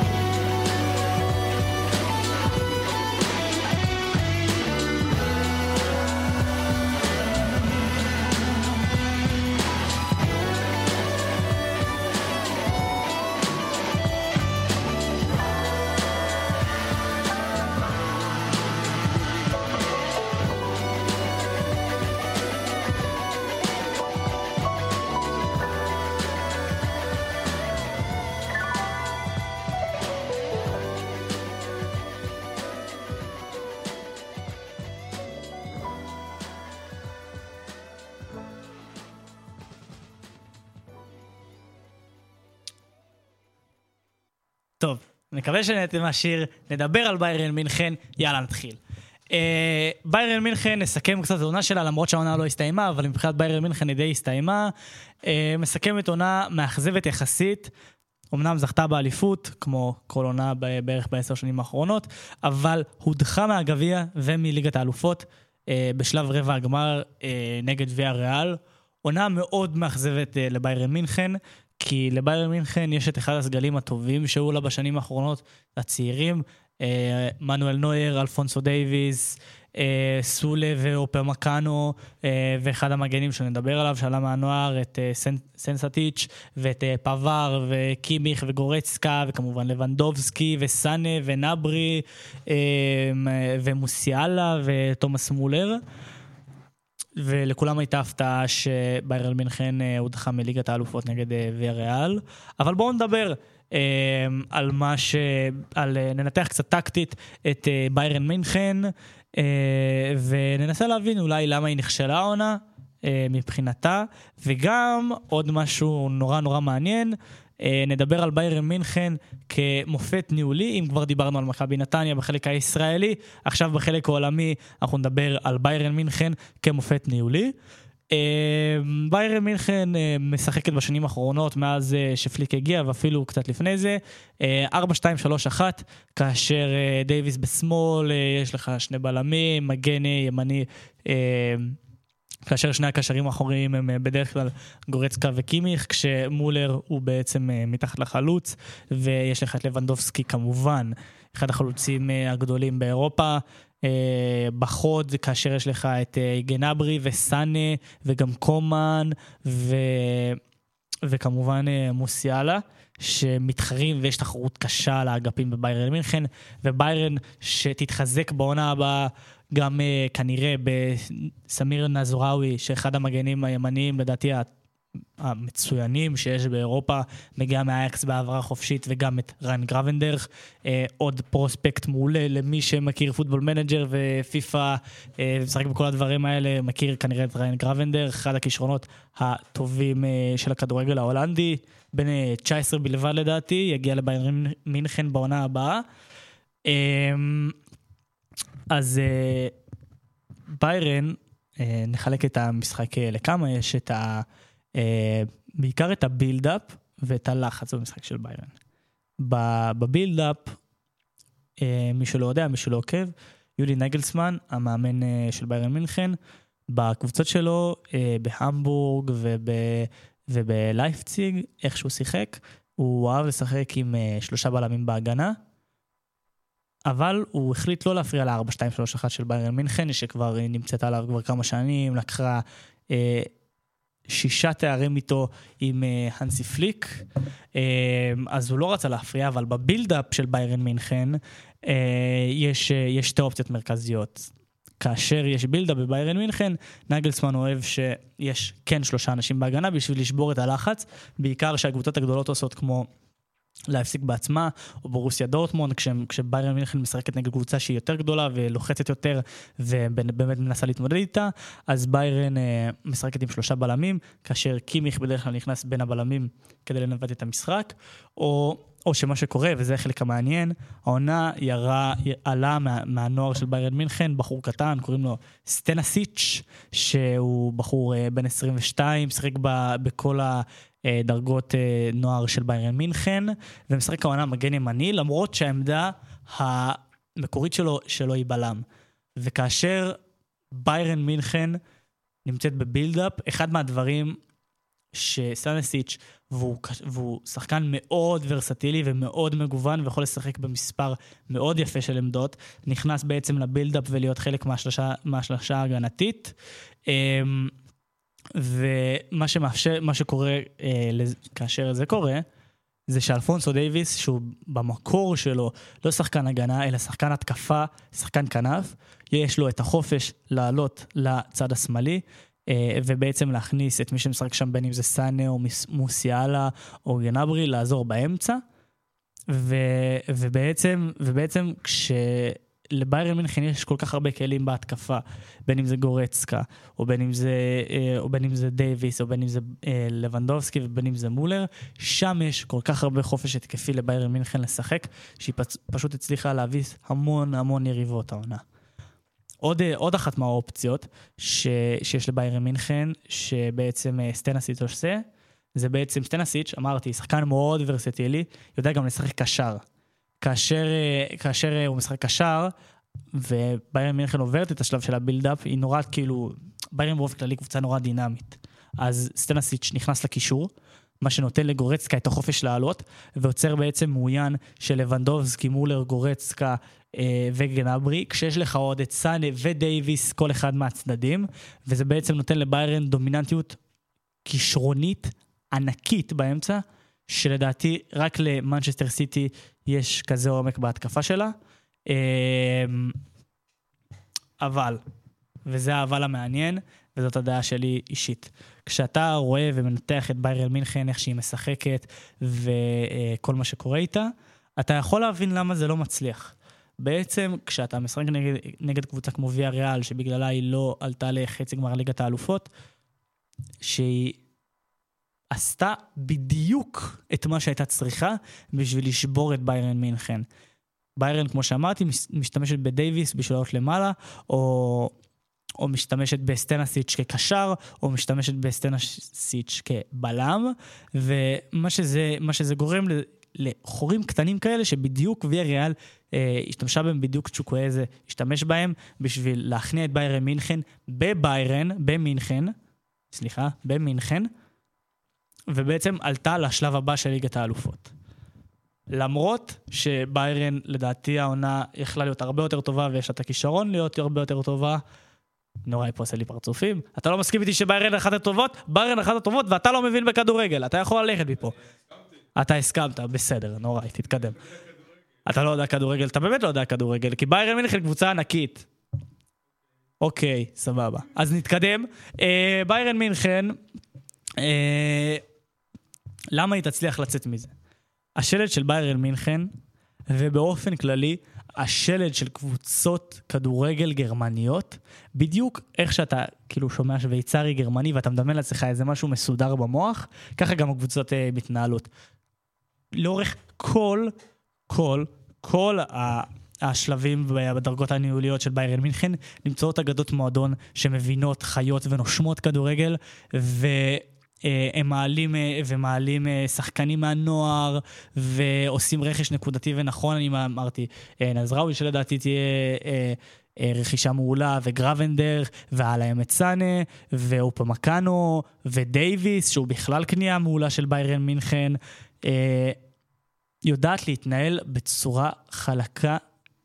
טוב, מקווה שנהנתם מהשיר, נדבר על ביירן מינכן, יאללה נתחיל. אה, ביירן מינכן, נסכם קצת את העונה שלה, למרות שהעונה לא הסתיימה, אבל מבחינת ביירן מינכן היא די הסתיימה. אה, מסכמת עונה מאכזבת יחסית, אמנם זכתה באליפות, כמו כל עונה בערך בעשר שנים האחרונות, אבל הודחה מהגביע ומליגת האלופות אה, בשלב רבע הגמר אה, נגד ויה ריאל. עונה מאוד מאכזבת אה, לביירן מינכן, כי לביירן מינכן יש את אחד הסגלים הטובים שהיו לה בשנים האחרונות, הצעירים, אה, מנואל נויר, אלפונסו דייביס, אה, סולה ואופמקאנו, אה, ואחד המגנים שנדבר עליו, שעלה מהנוער, את אה, סנ, סנסטיץ' ואת אה, פאבר וקימיך וגורצקה, וכמובן לבנדובסקי וסאנה ונברי אה, ומוסיאלה ותומאס מולר. ולכולם הייתה הפתעה שביירן מינכן הודחה מליגת האלופות נגד ויה ריאל. אבל בואו נדבר אה, על מה ש... על, ננתח קצת טקטית את אה, ביירן מינכן, אה, וננסה להבין אולי למה היא נכשלה העונה אה, מבחינתה, וגם עוד משהו נורא נורא מעניין, נדבר על ביירן מינכן כמופת ניהולי, אם כבר דיברנו על מכבי נתניה בחלק הישראלי, עכשיו בחלק העולמי אנחנו נדבר על ביירן מינכן כמופת ניהולי. ביירן מינכן משחקת בשנים האחרונות מאז שפליק הגיע, ואפילו קצת לפני זה, ארבע שתיים שלוש אחת, כאשר דייביס בשמאל, יש לך שני בלמים, מגן ימני, כאשר שני הקשרים האחוריים הם בדרך כלל גורצקה וקימיך, כשמולר הוא בעצם מתחת לחלוץ, ויש לך את לבנדובסקי כמובן, אחד החלוצים הגדולים באירופה, בחוד, כאשר יש לך את גנברי וסאנה, וגם קומן, ו... וכמובן מוסיאלה, שמתחרים ויש תחרות קשה על האגפים בביירן מינכן, וביירן שתתחזק בעונה הבאה, גם uh, כנראה בסמיר נזוראוי, שאחד המגנים הימניים, לדעתי המצוינים שיש באירופה, מגיע מהאקס בעברה חופשית, וגם את ריין גרבנדרך, uh, עוד פרוספקט מעולה למי שמכיר פוטבול מנג'ר ופיפה, uh, ומשחק בכל הדברים האלה, מכיר כנראה את ריין גרבנדרך, אחד הכישרונות הטובים uh, של הכדורגל ההולנדי, בין uh, תשע עשרה בלבד לדעתי, יגיע לביירן מינכן בעונה הבאה. אז ביירן, נחלק את המשחק לכמה, יש את ה... בעיקר את הבילדאפ ואת הלחץ במשחק של ביירן. בבילדאפ, מי שלא יודע, מי שלא עוקב, יולי נגלסמן, המאמן של ביירן מינכן, בקבוצות שלו, בהמבורג וב... ובלייפציג, איך שהוא שיחק, הוא אהב לשחק עם שלושה בלמים בהגנה, אבל הוא החליט לא להפריע ל-ארבע שתיים שלוש אחת של ביירן מינכן, שכבר נמצאת עליו כבר כמה שנים, לקחה אה, שישה תארים איתו עם אה, הנסי פליק, אה, אז הוא לא רצה להפריע, אבל בבילדאפ של ביירן מינכן, אה, יש, אה, יש שתי אופציות מרכזיות. כאשר יש בילדאפ בביירן מינכן, נגלסמן אוהב שיש כן שלושה אנשים בהגנה בשביל לשבור את הלחץ, בעיקר שהקבוצות הגדולות עושות כמו להפסיק בעצמה, או ברוסיה דורטמונד, כשביירן מינכן משחקת נגד קבוצה שהיא יותר גדולה ולוחצת יותר, ובאמת מנסה להתמודד איתה, אז ביירן אה, משחקת עם שלושה בלמים, כאשר קימיך בדרך כלל נכנס בין הבלמים כדי לנווט את המשחק, או, או שמה שקורה, וזה חלק המעניין, העונה ירה, עלה מה, מהנוער של ביירן מינכן, בחור קטן, קוראים לו סטנסיץ', שהוא בחור אה, בן עשרים ושתיים, משחק ב, בכל ה... דרגות נוער של ביירן מינכן, ומשחק העונה מגן ימני, למרות שהעמדה המקורית שלו, שלו היא בלם. וכאשר ביירן מינכן נמצאת בבילדאפ, אחד מהדברים שסטנסיץ' והוא, והוא שחקן מאוד ורסטילי ומאוד מגוון, ויכול לשחק במספר מאוד יפה של עמדות, נכנס בעצם לבילדאפ ולהיות חלק מהשלשה, מהשלשה ההגנתית. ומה שמאפשר, מה שקורה אה, כאשר זה קורה, זה שאלפונסו דייביס, שהוא במקור שלו לא שחקן הגנה, אלא שחקן התקפה, שחקן כנף, יש לו את החופש לעלות לצד השמאלי, אה, ובעצם להכניס את מי שמשחק שם, בין אם זה סאנה או מוסיאלה או גנברי, לעזור באמצע, ו, ובעצם, ובעצם כש... לביירן מינכן יש כל כך הרבה כלים בהתקפה, בין אם זה גורצקה, או בין אם זה, או בין אם זה דייביס, או בין אם זה לבנדובסקי, ובין אם זה מולר, שם יש כל כך הרבה חופש התקפי לביירן מינכן לשחק, שהיא פשוט הצליחה להביס המון המון יריבות העונה. עוד, עוד אחת מהאופציות ש, שיש לביירן מינכן, שבעצם סטנסיץ' עושה, זה בעצם סטנסיץ', אמרתי, שחקן מאוד ורסטילי, יודע גם לשחק קשר. כאשר, כאשר הוא משחק קשר, וביירן מינכן עוברת את השלב של הבילדאפ, היא נורא כאילו, ביירן ברוב כללי קבוצה נורא דינמית. אז סטנסיץ' נכנס לקישור, מה שנותן לגורצקה את החופש לעלות, ועוצר בעצם מעוין של לבנדובסקי, מולר, גורצקה אה, וגנברי, כשיש לך עוד את סאנה ודייביס, כל אחד מהצדדים, וזה בעצם נותן לביירן דומיננטיות כישרונית ענקית באמצע, שלדעתי רק למנצ'סטר סיטי יש כזה עומק בהתקפה שלה. אבל, וזה האבל המעניין, וזאת הדעה שלי אישית. כשאתה רואה ומנתח את ביירן מינכן, איך שהיא משחקת, וכל מה שקורה איתה, אתה יכול להבין למה זה לא מצליח. בעצם, כשאתה משחק נגד, נגד קבוצה כמו ויה ריאל, שבגללה היא לא עלתה לחצי גמר ליגת האלופות, שהיא עשתה בדיוק את מה שהייתה צריכה בשביל לשבור את ביירן מינכן. ביירן, כמו שאמרתי, משתמשת בדייביס בשביל לעלות למעלה, או, או משתמשת בסטנסיץ' כקשר, או משתמשת בסטנסיץ' כבלם, ומה שזה, מה שזה גורם לחורים קטנים כאלה, שבדיוק ויה ריאל אה, השתמשה בהם, בדיוק צ'וקוויזה השתמש בהם, בשביל להכניע את ביירן מינכן, בביירן, במינכן, סליחה, במינכן, ובעצם עלתה לשלב הבא של ליגת האלופות. למרות שביירן, לדעתי, העונה יכלה להיות הרבה יותר טובה, ויש לה את הכישרון להיות הרבה יותר טובה, נוראי פה עושה לי פרצופים. אתה לא מסכים איתי שביירן אחת הטובות? ביירן אחת הטובות, ואתה לא מבין בכדורגל. אתה יכול ללכת מפה. אתה הסכמת, בסדר, נוראי, תתקדם. אתה לא יודע כדורגל, אתה באמת לא יודע כדורגל, כי ביירן מינכן קבוצה ענקית. אוקיי, סבבה. אז נתקדם. ביירן מינכן, למה היא תצליח לצאת מזה? השלד של ביירן מינכן, ובאופן כללי, השלד של קבוצות כדורגל גרמניות, בדיוק איך שאתה כאילו שומע שוויצרי גרמני, ואתה מדמיין לעצמך איזה משהו מסודר במוח, ככה גם הקבוצות אה, מתנהלות. לאורך כל, כל, כל השלבים בדרגות הניהוליות של ביירן מינכן, נמצאות אגדות מועדון שמבינות, חיות ונושמות כדורגל, והם מעלים, ומעלים שחקנים מהנוער, ועושים רכש נקודתי ונכון, אני אמרתי, נזראוי שלדעתי תהיה רכישה מעולה, וגרבנדר, ועלה אמצנה, ואופמקאנו, ודייביס, שהוא בכלל קנייה מעולה של ביירן מינכן, יודעת להתנהל בצורה חלקה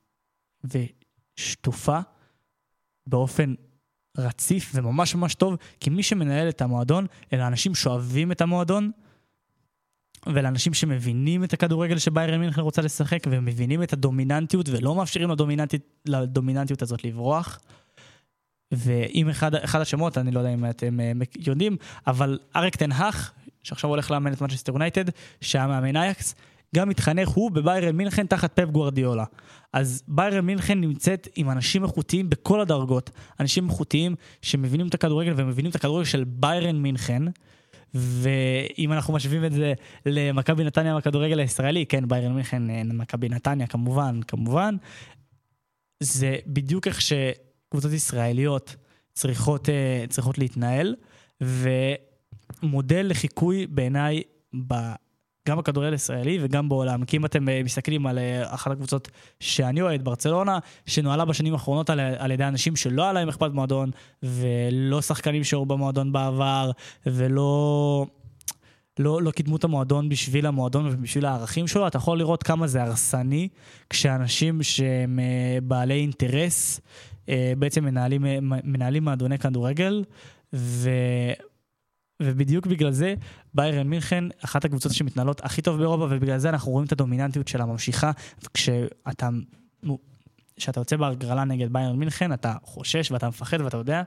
ושטופה, באופן רציף וממש ממש טוב, כי מי שמנהל את המועדון, אלה אנשים שאוהבים את המועדון, ולאנשים שמבינים את הכדורגל שביירן מינכן רוצה לשחק, ומבינים את הדומיננטיות, ולא מאפשרים לדומיננטיות, לדומיננטיות הזאת לברוח. ואם אחד, אחד השמות, אני לא יודע אם אתם יודעים, אבל אריק טן האג, שעכשיו הולך לאמן את מנצ'סטר יונייטד, שהמאמן אייקס, גם מתחנך הוא בביירן מינכן תחת פפ גוארדיולה. אז ביירן מינכן נמצאת עם אנשים איכותיים בכל הדרגות, אנשים איכותיים שמבינים את הכדורגל ומבינים את הכדורגל של ביירן מינכן, ואם אנחנו משווים את זה למכבי נתניה מהכדורגל הישראלי, כן, ביירן מינכן, מכבי נתניה כמובן, כמובן, זה בדיוק איך שקבוצות ישראליות צריכות, צריכות להתנהל, ומודל לחיקוי בעיניי ב... גם בכדורגל הישראלי וגם בעולם. כי אם אתם מסתכלים על אחת הקבוצות שאני אוהד, ברצלונה, שנועלה בשנים האחרונות על, על ידי אנשים שלא היה להם אכפת מועדון, ולא שחקנים שהיו במועדון בעבר, ולא לא, לא קידמו את המועדון בשביל המועדון ובשביל הערכים שלו, אתה יכול לראות כמה זה הרסני, כשאנשים שהם בעלי אינטרס, בעצם מנהלים, מנהלים מועדוני כדורגל, ו... ובדיוק בגלל זה, ביירן מינכן, אחת הקבוצות שמתנהלות הכי טוב באירופה, ובגלל זה אנחנו רואים את הדומיננטיות שלה ממשיכה, וכשאתה, כשאתה יוצא בהגרלה נגד ביירן מינכן, אתה חושש ואתה מפחד ואתה יודע,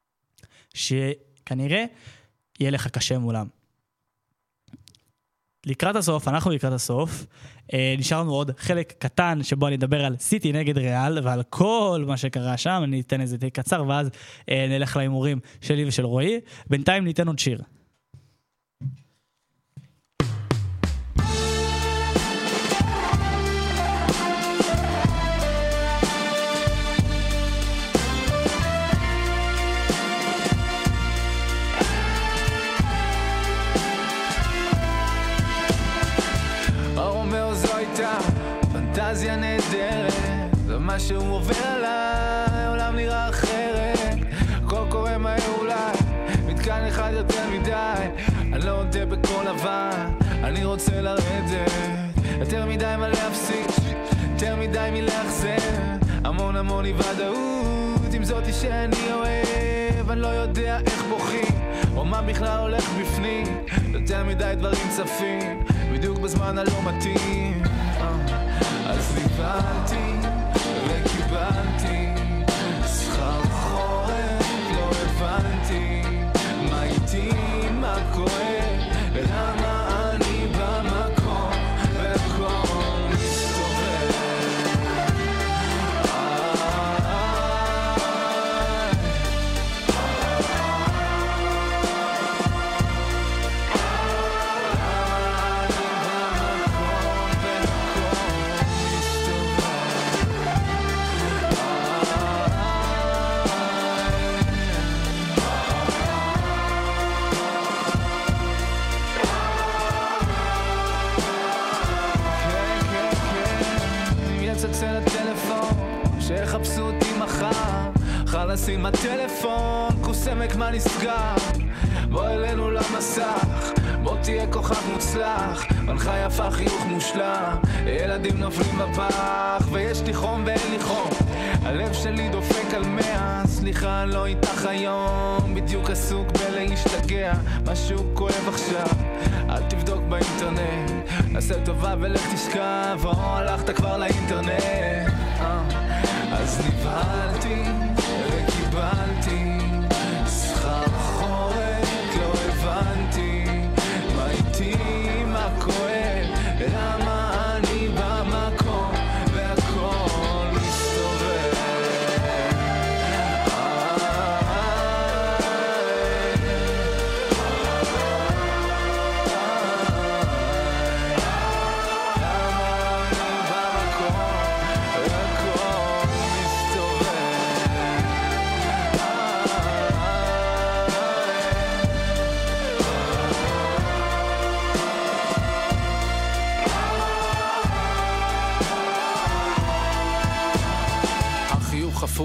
שכנראה יהיה לך קשה מולם. לקראת הסוף, אנחנו לקראת הסוף, נשארנו עוד חלק קטן שבו אני אדבר על סיטי נגד ריאל, ועל כל מה שקרה שם, אני אתן איזה די קצר, ואז נלך להימורים שלי ושל רועי. בינתיים ניתן עוד שיר. פנטזיה נהדרת, זה מה שהוא עובר עליי, העולם נראה אחרת, הכל קורה מהר אולי, מתקן אחד יותר מדי, אני לא יודע בכל לבן, אני רוצה לרדת, יותר מדי מה להפסיק, יותר מדי מלהחזר, המון המון אי ודאות, עם זאתי שאני אוהב, אני לא יודע איך בוכים, או מה בכלל הולך בפנים, יותר מדי דברים צפים, בדיוק בזמן הלא מתאים, אז נבלתי וקיבלתי שכר חורף, לא הבנתי מה איתי, מה כואב, ולמה אני במקום והכל מסתובב. שחפשו אותי מחר, חלסים הטלפון, כוסמק מה נסגר, בוא אלינו למסך, בוא תהיה כוכב מוצלח, מנחה יפה חיוך מושלם, ילדים נופלים בפח, ויש לי חום ואין לי חום, הלב שלי דופק על מאה, סליחה לא איתך היום, בדיוק עסוק בלהשתגע, משהו כואב עכשיו, אל תבדוק באינטרנט, נעשה טובה ולך תשכב, או הלכת כבר לאינטרנט, אז נבהלתי וקיבלתי שכר חורק, לא הבנתי מה איתי, מה כואב, למה אני במקום והכל מסתובב. למה אני במקום והכל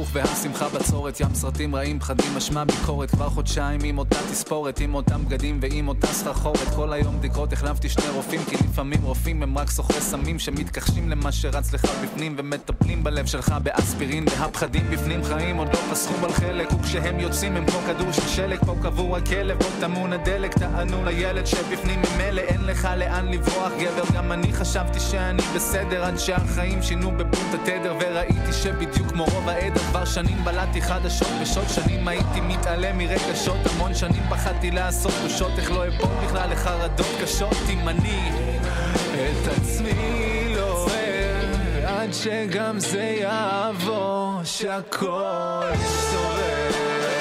חיוך והשמחה בצורת, ים סרטים רעים, פחדים, משמע ביקורת, כבר חודשיים עם אותה תספורת, עם אותם בגדים ועם אותה סחרחורת, כל היום בדיקות, החלפתי שני רופאים, כי לפעמים רופאים הם רק סוחרי סמים שמתכחשים למה שרץ לך בפנים ומטפלים בלב שלך באספירין, והפחדים בפנים חיים עוד לא פסחו על חלק, וכשהם יוצאים הם כמו כדור של שלג, פה קבור הכלב, פה תמון הדלק, טענו לילד שבפנים ממלא, אין לך לאן לברוח גבר, גם אני חשבתי שאני בסדר, עד שהחיים שינו בבום התדר, וראיתי שבדיוק כמו רוב העדר, כבר שנים בלעתי חדשות ושות, שנים הייתי מתעלם מרגשות, המון שנים פחדתי לעשות בושות, איך לא אפול בכלל לחרדות קשות, אם אני את עצמי לא אוהב, עד שגם זה יעבור, שהכל יסתובב.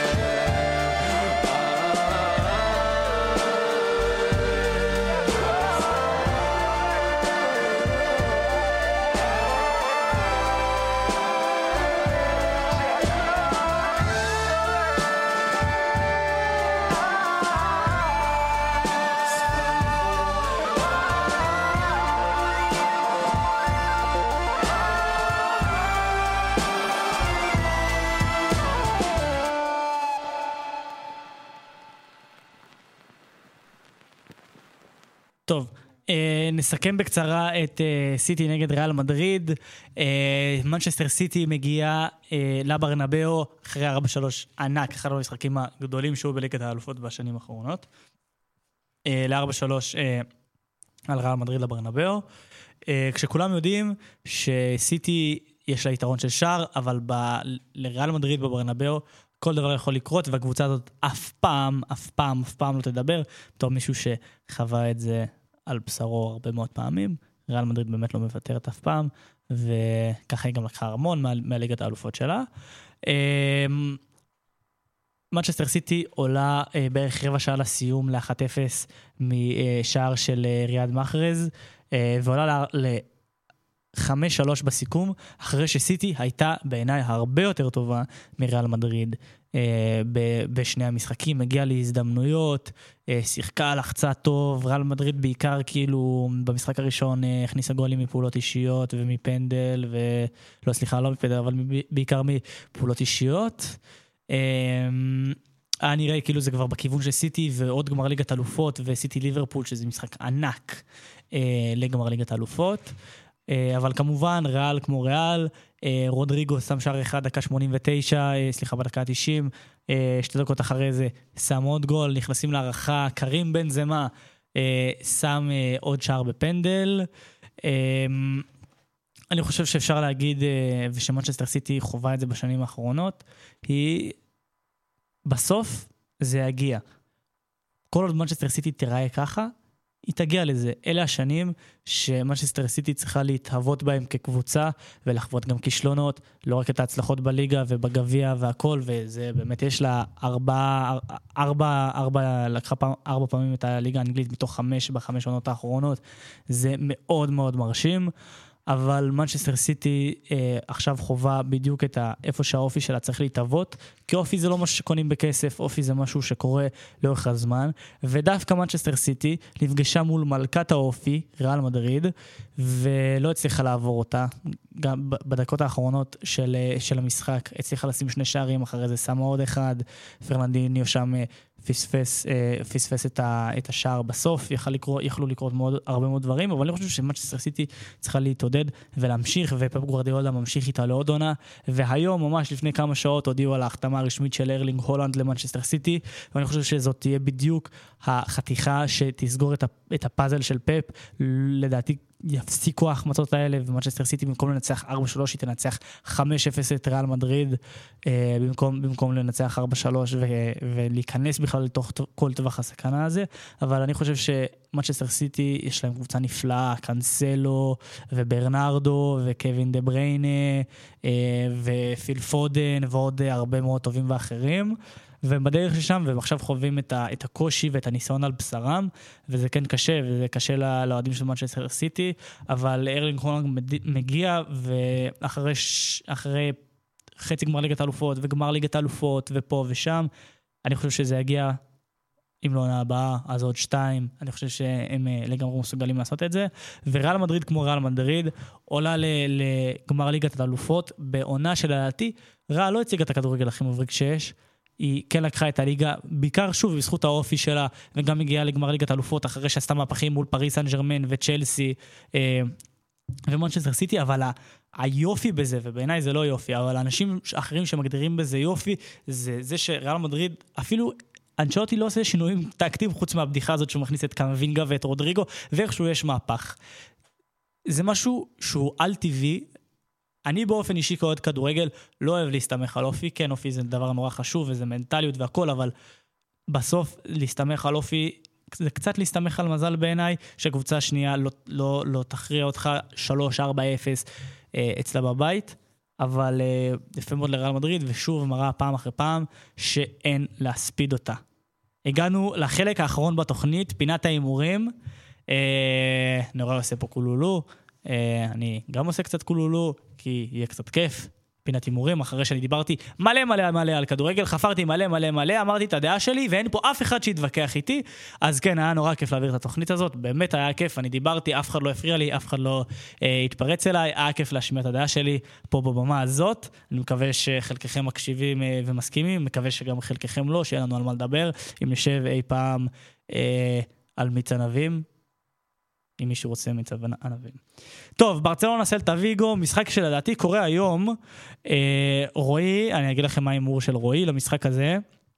טוב, אה, נסכם בקצרה את אה, סיטי נגד ריאל מדריד. אה, מנצ'סטר סיטי מגיעה אה, לברנבאו אחרי ארבע שלוש ענק, אחד המשחקים הגדולים שהוא בליגת האלופות בשנים האחרונות. אה, ל-ארבע שלוש אה, על ריאל מדריד לברנבאו. אה, כשכולם יודעים שסיטי יש לה יתרון של שער, אבל ב- לריאל מדריד בברנבאו כל דבר יכול לקרות, והקבוצה הזאת אף פעם, אף פעם, אף פעם לא תדבר, בתור מישהו שחווה את זה על בשרו הרבה מאוד פעמים. ריאל מדריד באמת לא מוותרת אף פעם, וככה היא גם לקחה המון מה, מהליגת האלופות שלה. מנצ'סטר סיטי עולה בערך רבע שעה לסיום ל-אחת אפס משער של ריאד מחרז, ועולה ל... חמש שלוש בסיכום, אחרי שסיטי הייתה בעיניי הרבה יותר טובה מריאל מדריד אה, ב- בשני המשחקים, הגיעה להזדמנויות, אה, שיחקה, לחצה טוב, ריאל מדריד בעיקר כאילו במשחק הראשון אה, הכניסה גולים מפעולות אישיות ומפנדל, ולא סליחה, לא מפנדל, אבל בעיקר מפעולות אישיות. אה, היה נראה כאילו זה כבר בכיוון של סיטי, ועוד גמר ליגת אלופות, וסיטי ליברפול, שזה משחק ענק אה, לגמר ליגת אלופות. אבל כמובן, ריאל כמו ריאל, רודריגו שם שער אחד, דקה שמונים ותשע, סליחה, בדקה ה-תשעים, שתי דקות אחרי זה שם עוד גול, נכנסים להערכה, קרים בנזמה שם עוד שער בפנדל. אני חושב שאפשר להגיד, ושמנצ'סטר סיטי חובה את זה בשנים האחרונות, היא בסוף זה יגיע. כל עוד מנצ'סטר סיטי תראה ככה, היא תגיע לזה. אלה השנים שמנצ'סטר סיטי צריכה להתהוות בהם כקבוצה, ולחוות גם כישלונות, לא רק את ההצלחות בליגה ובגביע והכל, וזה באמת יש לה ארבע, ארבע, ארבע, לקחה פעם, ארבע פעמים את הליגה האנגלית מתוך חמש בחמש עונות האחרונות. זה מאוד מאוד מרשים, אבל מנצ'סטר סיטי אה, עכשיו חובה בדיוק את איפה שהאופי שלה צריך להתאבות, כי אופי זה לא משהו שקונים בכסף, אופי זה משהו שקורה לאורך הזמן, ודווקא מנצ'סטר סיטי נפגשה מול מלכת האופי, ריאל מדריד, ולא הצליחה לעבור אותה, גם בדקות האחרונות של, של המשחק, הצליחה לשים שני שערים, אחרי זה שמה עוד אחד, פרננדיניו שם פספס, פספס את, ה, את השער בסוף, יכל לקרוא, יכלו לקרות מאוד, הרבה מאוד דברים, אבל אני חושב שמנצ'סטר סיטי צריכה להתעודד ולהמשיך, ופפ גוארדיולה ממשיך איתה לעוד עונה, והיום ממש לפני כמה שעות הודיעו על ההחתמה הרשמית של ארלינג הולנד למנצ'סטר סיטי, ואני חושב שזאת תהיה בדיוק החתיכה שתסגור את, את הפאזל של פפ. לדעתי יפסיקו ההחמצות האלה, ומנצ'סטר סיטי במקום לנצח ארבע שלוש היא תנצח חמש אפס את ריאל מדריד, אה, במקום, במקום לנצח ארבע שלוש ו, ולהיכנס בכלל לתוך כל טווח הסכנה הזה. אבל אני חושב שמנצ'סטר סיטי יש להם קבוצה נפלאה, קנסלו וברנרדו וקווין דה בריינה אה, ופיל פודן ועוד הרבה מאוד טובים ואחרים, ובדרך לשם, והם עכשיו חווים את, ה, את הקושי ואת הניסיון על בשרם, וזה כן קשה, וזה קשה לאוהדים של מנצ'סטר סיטי, אבל ארלינג הולנד מגיע, ואחרי אחרי חצי גמר ליגת האלופות, וגמר ליגת האלופות, ופה ושם, אני חושב שזה יגיע אם לא עונה הבאה, אז עוד שתיים, אני חושב שהם לגמרי מסוגלים לעשות את זה, וריאל מדריד כמו ריאל מדריד, עולה לגמר ליגת האלופות, בעונה שלדעתי, ריאל לא הציגה את הכדורגל הכי מבריק שיש, היא כן לקחה את הליגה, בעיקר שוב בזכות האופי שלה, וגם הגיעה לגמר ליגת האלופות, אחרי שעשתה מהפכים מול פריס סן ז'רמן וצ'לסי, ומנצ'סטר סיטי, אבל היופי בזה, ובעיניי זה לא יופי, אבל האנשים אחרים שמגדירים בזה יופי, זה זה שריאל מדריד, אפילו אנצ'לוטי לא עושה שינויים טקטיים חוץ מהבדיחה הזאת שהוא מכניס את קמבינגה ואת רודריגו, ואיכשהו יש מהפך. זה משהו שהוא על טבעי. אני באופן אישי כאוהד כדורגל לא אוהב להסתמך על אופי, כן אופי זה דבר נורא חשוב וזה מנטליות והכל, אבל בסוף להסתמך על אופי זה קצת להסתמך על מזל בעיניי, שקבוצה שנייה לא, לא, לא תכריע אותך שלוש ארבע אפס אה, אצלה בבית, אבל אה, יפה מאוד לריאל מדריד, ושוב מראה פעם אחרי פעם שאין להספיד אותה. הגענו לחלק האחרון בתוכנית, פינת האימורים, אה, נורא עושה פה קולולו, אה, אני גם עושה קצת קולולו, כי יהיה קצת כיף, פינת אימורים, אחרי שאני דיברתי מלא מלא מלא על כדורגל, חפרתי מלא מלא מלא, אמרתי את הדעה שלי, ואין פה אף אחד שיתווכח איתי, אז כן, היה נורא כיף להעביר את התוכנית הזאת, באמת היה כיף, אני דיברתי, אף אחד לא הפריע לי, אף אחד לא אה, התפרץ אליי, היה כיף להשמיע את הדעה שלי פה בבמה הזאת, אני מקווה שחלקכם מקשיבים אה, ומסכימים, מקווה שגם חלקכם לא, שיהיה לנו על מה לדבר, אם נשב אי פעם אה, על מיץ ענבים, אם מישהו רוצה מצב ענבים. טוב, ברצלונה סלטה ויגו, משחק שלדעתי קורה היום, אה, רועי, אני אגיד לכם מה האימור של רועי למשחק הזה,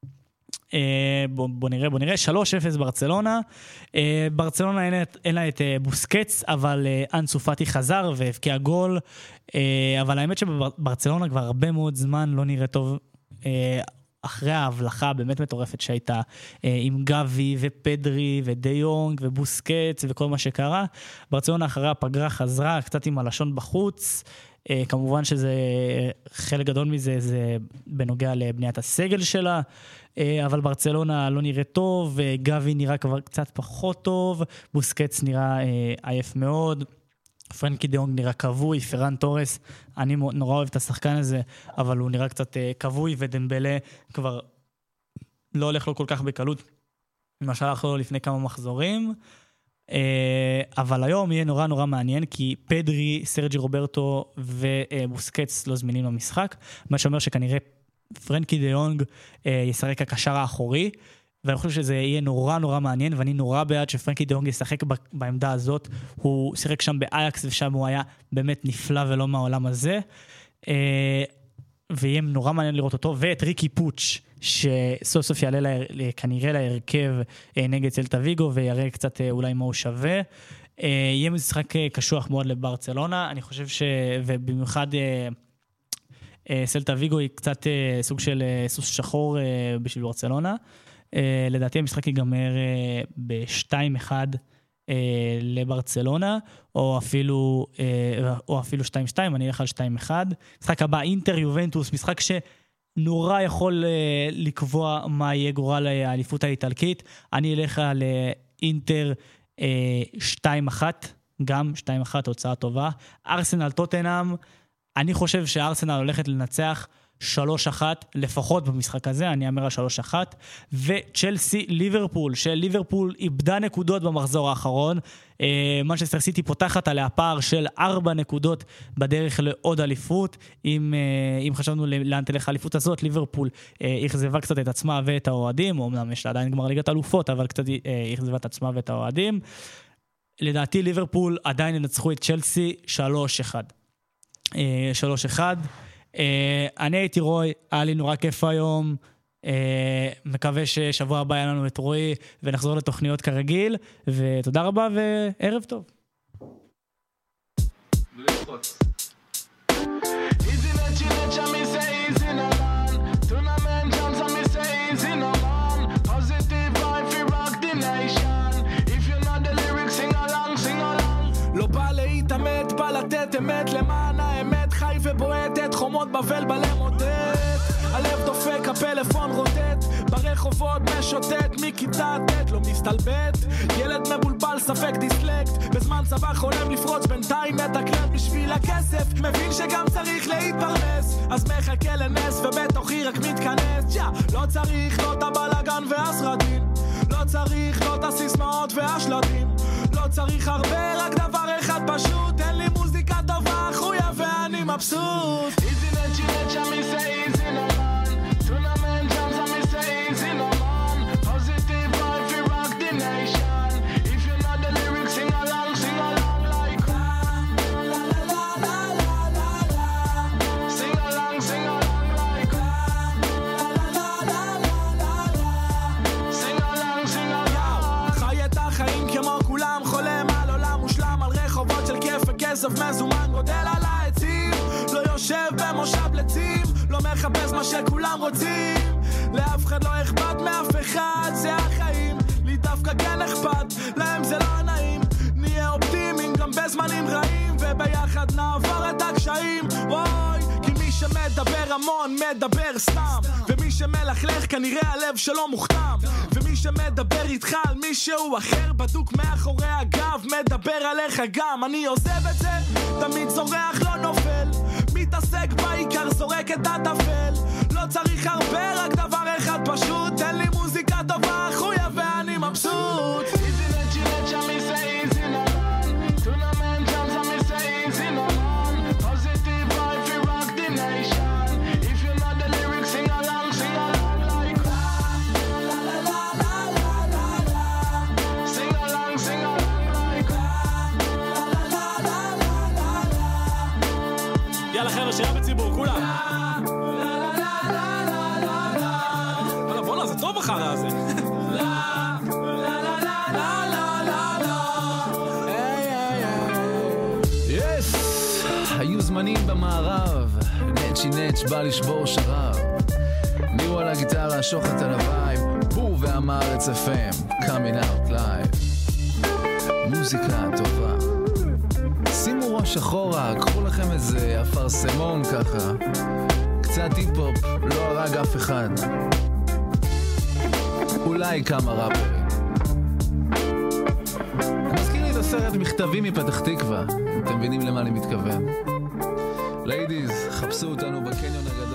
אה, בוא, בוא נראה, בוא נראה, שלוש אפס ברצלונה, אה, ברצלונה אין, אין לה את אה, בוסקץ, אבל אה, אנסו פאטי חזר והבקיע גול, אה, אבל האמת שברצלונה כבר הרבה מאוד זמן לא נראה טוב, אה, אחרי ההבלחה באמת מטורפת שהייתה אה, עם גבי ופדרי ודיונג ובוסקץ וכל מה שקרה. ברצלונה אחרי הפגרה חזרה קצת עם הלשון בחוץ. אה, כמובן שזה חלק גדול מזה זה בנוגע לבניית הסגל שלה. אה, אבל ברצלונה לא נראה טוב, גבי נראה כבר קצת פחות טוב, בוסקץ נראה אה, עייף מאוד. פרנקי דיונג נראה קבוי, פרן טורס, אני נורא אוהב את השחקן הזה, אבל הוא נראה קצת קבוי, ודמבלה כבר לא הולך לו כל כך בקלות, למשל הלך לו לפני כמה מחזורים, אבל היום יהיה נורא נורא מעניין, כי פדרי, סרג'י רוברטו ובוסקץ לא זמינים למשחק, מה שאומר שכנראה פרנקי דיונג ישחק הקשר האחורי, ואני חושב שזה יהיה נורא נורא מעניין, ואני נורא בעד שפרנקי דיונג ישחק בעמדה הזאת, הוא שיחק שם באייקס, ושם הוא היה באמת נפלא ולא מהעולם הזה, ויהיה נורא מעניין לראות אותו, ואת ריקי פוץ', שסוף סוף יעלה לה, כנראה להרכב נגד סלטה ויגו, ויראה קצת אולי מה הוא שווה, יהיה משחק קשוח מאוד לברצלונה, אני חושב ש... ובמיוחד... סלטה ויגו היא קצת סוג של סוס שחור בשביל ברצלונה, Uh, לדעתי המשחק ייגמר uh, ב-שתיים אחד uh, לברצלונה, או אפילו, uh, או אפילו שתיים שתיים, אני אלך על שתיים אחד. משחק הבא, אינטר יובנטוס, משחק שנורא יכול uh, לקבוע מה יהיה גורל האליפות האיטלקית. אני אלך על uh, אינטר uh, שתיים אחת, גם שתיים אחת, הוצאה טובה. ארסנל טוטנהאם, אני חושב שארסנל הולכת לנצח שלוש אחת, לפחות במשחק הזה, אני אמר על שלוש אחת, וצ'לסי ליברפול, של ליברפול איבדה נקודות במחזור האחרון, מנצ'סטר סיטי פותחת עליה פער של ארבע נקודות בדרך לעוד אליפות, אם, אם חשבנו לאן תלך האליפות הזאת, ליברפול הכזבה קצת את עצמה ואת האוהדים, אומנם יש לה עדיין גמר ליגת אלופות, אבל קצת הכזבה את עצמה ואת האוהדים, לדעתי ליברפול עדיין ינצחו את צ'לסי שלוש אחת. שלוש אחת, Uh, אני הייתי רוי, היה לי נורא כיף היום, uh, מקווה ששבוע הבא היה לנו את רוי ונחזור לתוכניות כרגיל, ותודה רבה וערב טוב. לא בא להתאמת, בא לתת אמת למען האמת, חי ובועטת, חומות בבל בלמוטט, הלב דופק, הפלאפון רוטט, ברחובות משוטט, מכיתה תת לא מסתלבט, ילד מבולבל, ספק דיסלקט, בזמן צבא חולם לפרוץ, בינתיים מתקלט בשביל הכסף, מבין שגם צריך להתפרנס, אז מחכה לנס ובתוכי רק מתכנס, יא, לא צריך לא את הבלגן והסרטין, לא צריך לא את הסיסמאות והשלטים, לא צריך הרבה, רק דבר אחד פשוט, אין לי מוזיקה טובה, חויה ואני מבסוט. Easy net, you net, me say easy no man. Tournament jams, me say easy no man. Positive vibe, we rock the nation. If you know the lyrics, sing along, sing along like la la la la la la la la. Sing along, sing along like la la la la la la. Sing along, sing along. חי את החיים כמו כולם, חולם על עולם מושלם, על רחובות של כיף וכסף מזומן, גודל על העצים, לא יושב במושב לצים, לא מחפש מה שכולם רוצים, לאף אחד לא אכפת מאף אחד, זה החיים, לי דווקא כן אכפת, להם זה לא נעים, נהיה אופטימיים גם בזמנים רעים, וביחד נעבור את הקשיים, וואי, כי מי שמדבר המון מדבר סתם, ומי שמלכלך כנראה הלב שלו מוכתם, ומי שמדבר איתך על מישהו אחר בדוק מאחורי הגב, מדבר עליך גם, אני עוזב את זה, תמיד זורח לא נופל, מתעסק בעיקר זורק את הטפל, לא צריך הרבה, רק דבר אחד פשוט, תן לי מוזיקה טובה, חויה ואני מבסוט. Easy net, you net, me say easy no man. Tournament jams, me say easy no man. Positive vibe, we rock the nation. If you know the lyrics, sing along, sing along like la la la la la la la la. Sing along, sing along like la la la la la la la. יאללה חבר'ה, שירה בציבור, כולם. וואלה, בוא'נה, זה טוב אחרי הזה. יס! היו זמנים במערב, נצ'י נצ' בא לשבור שרב. נירו על הגיטרה, שוחט על הווייב, בור והמארץ אף אם, coming out live. מוזיקה טובה. שימו ראש אחורה, קחו לכם איזה אפרסמון ככה, קצת היפ-הופ, לא הרג אף אחד, אולי כמה ראפרים. מזכיר לי את הסרט מכתבים מפתח תקווה, אתם מבינים למה אני מתכוון. ליידיז, חפשו אותנו בקניון הגדול.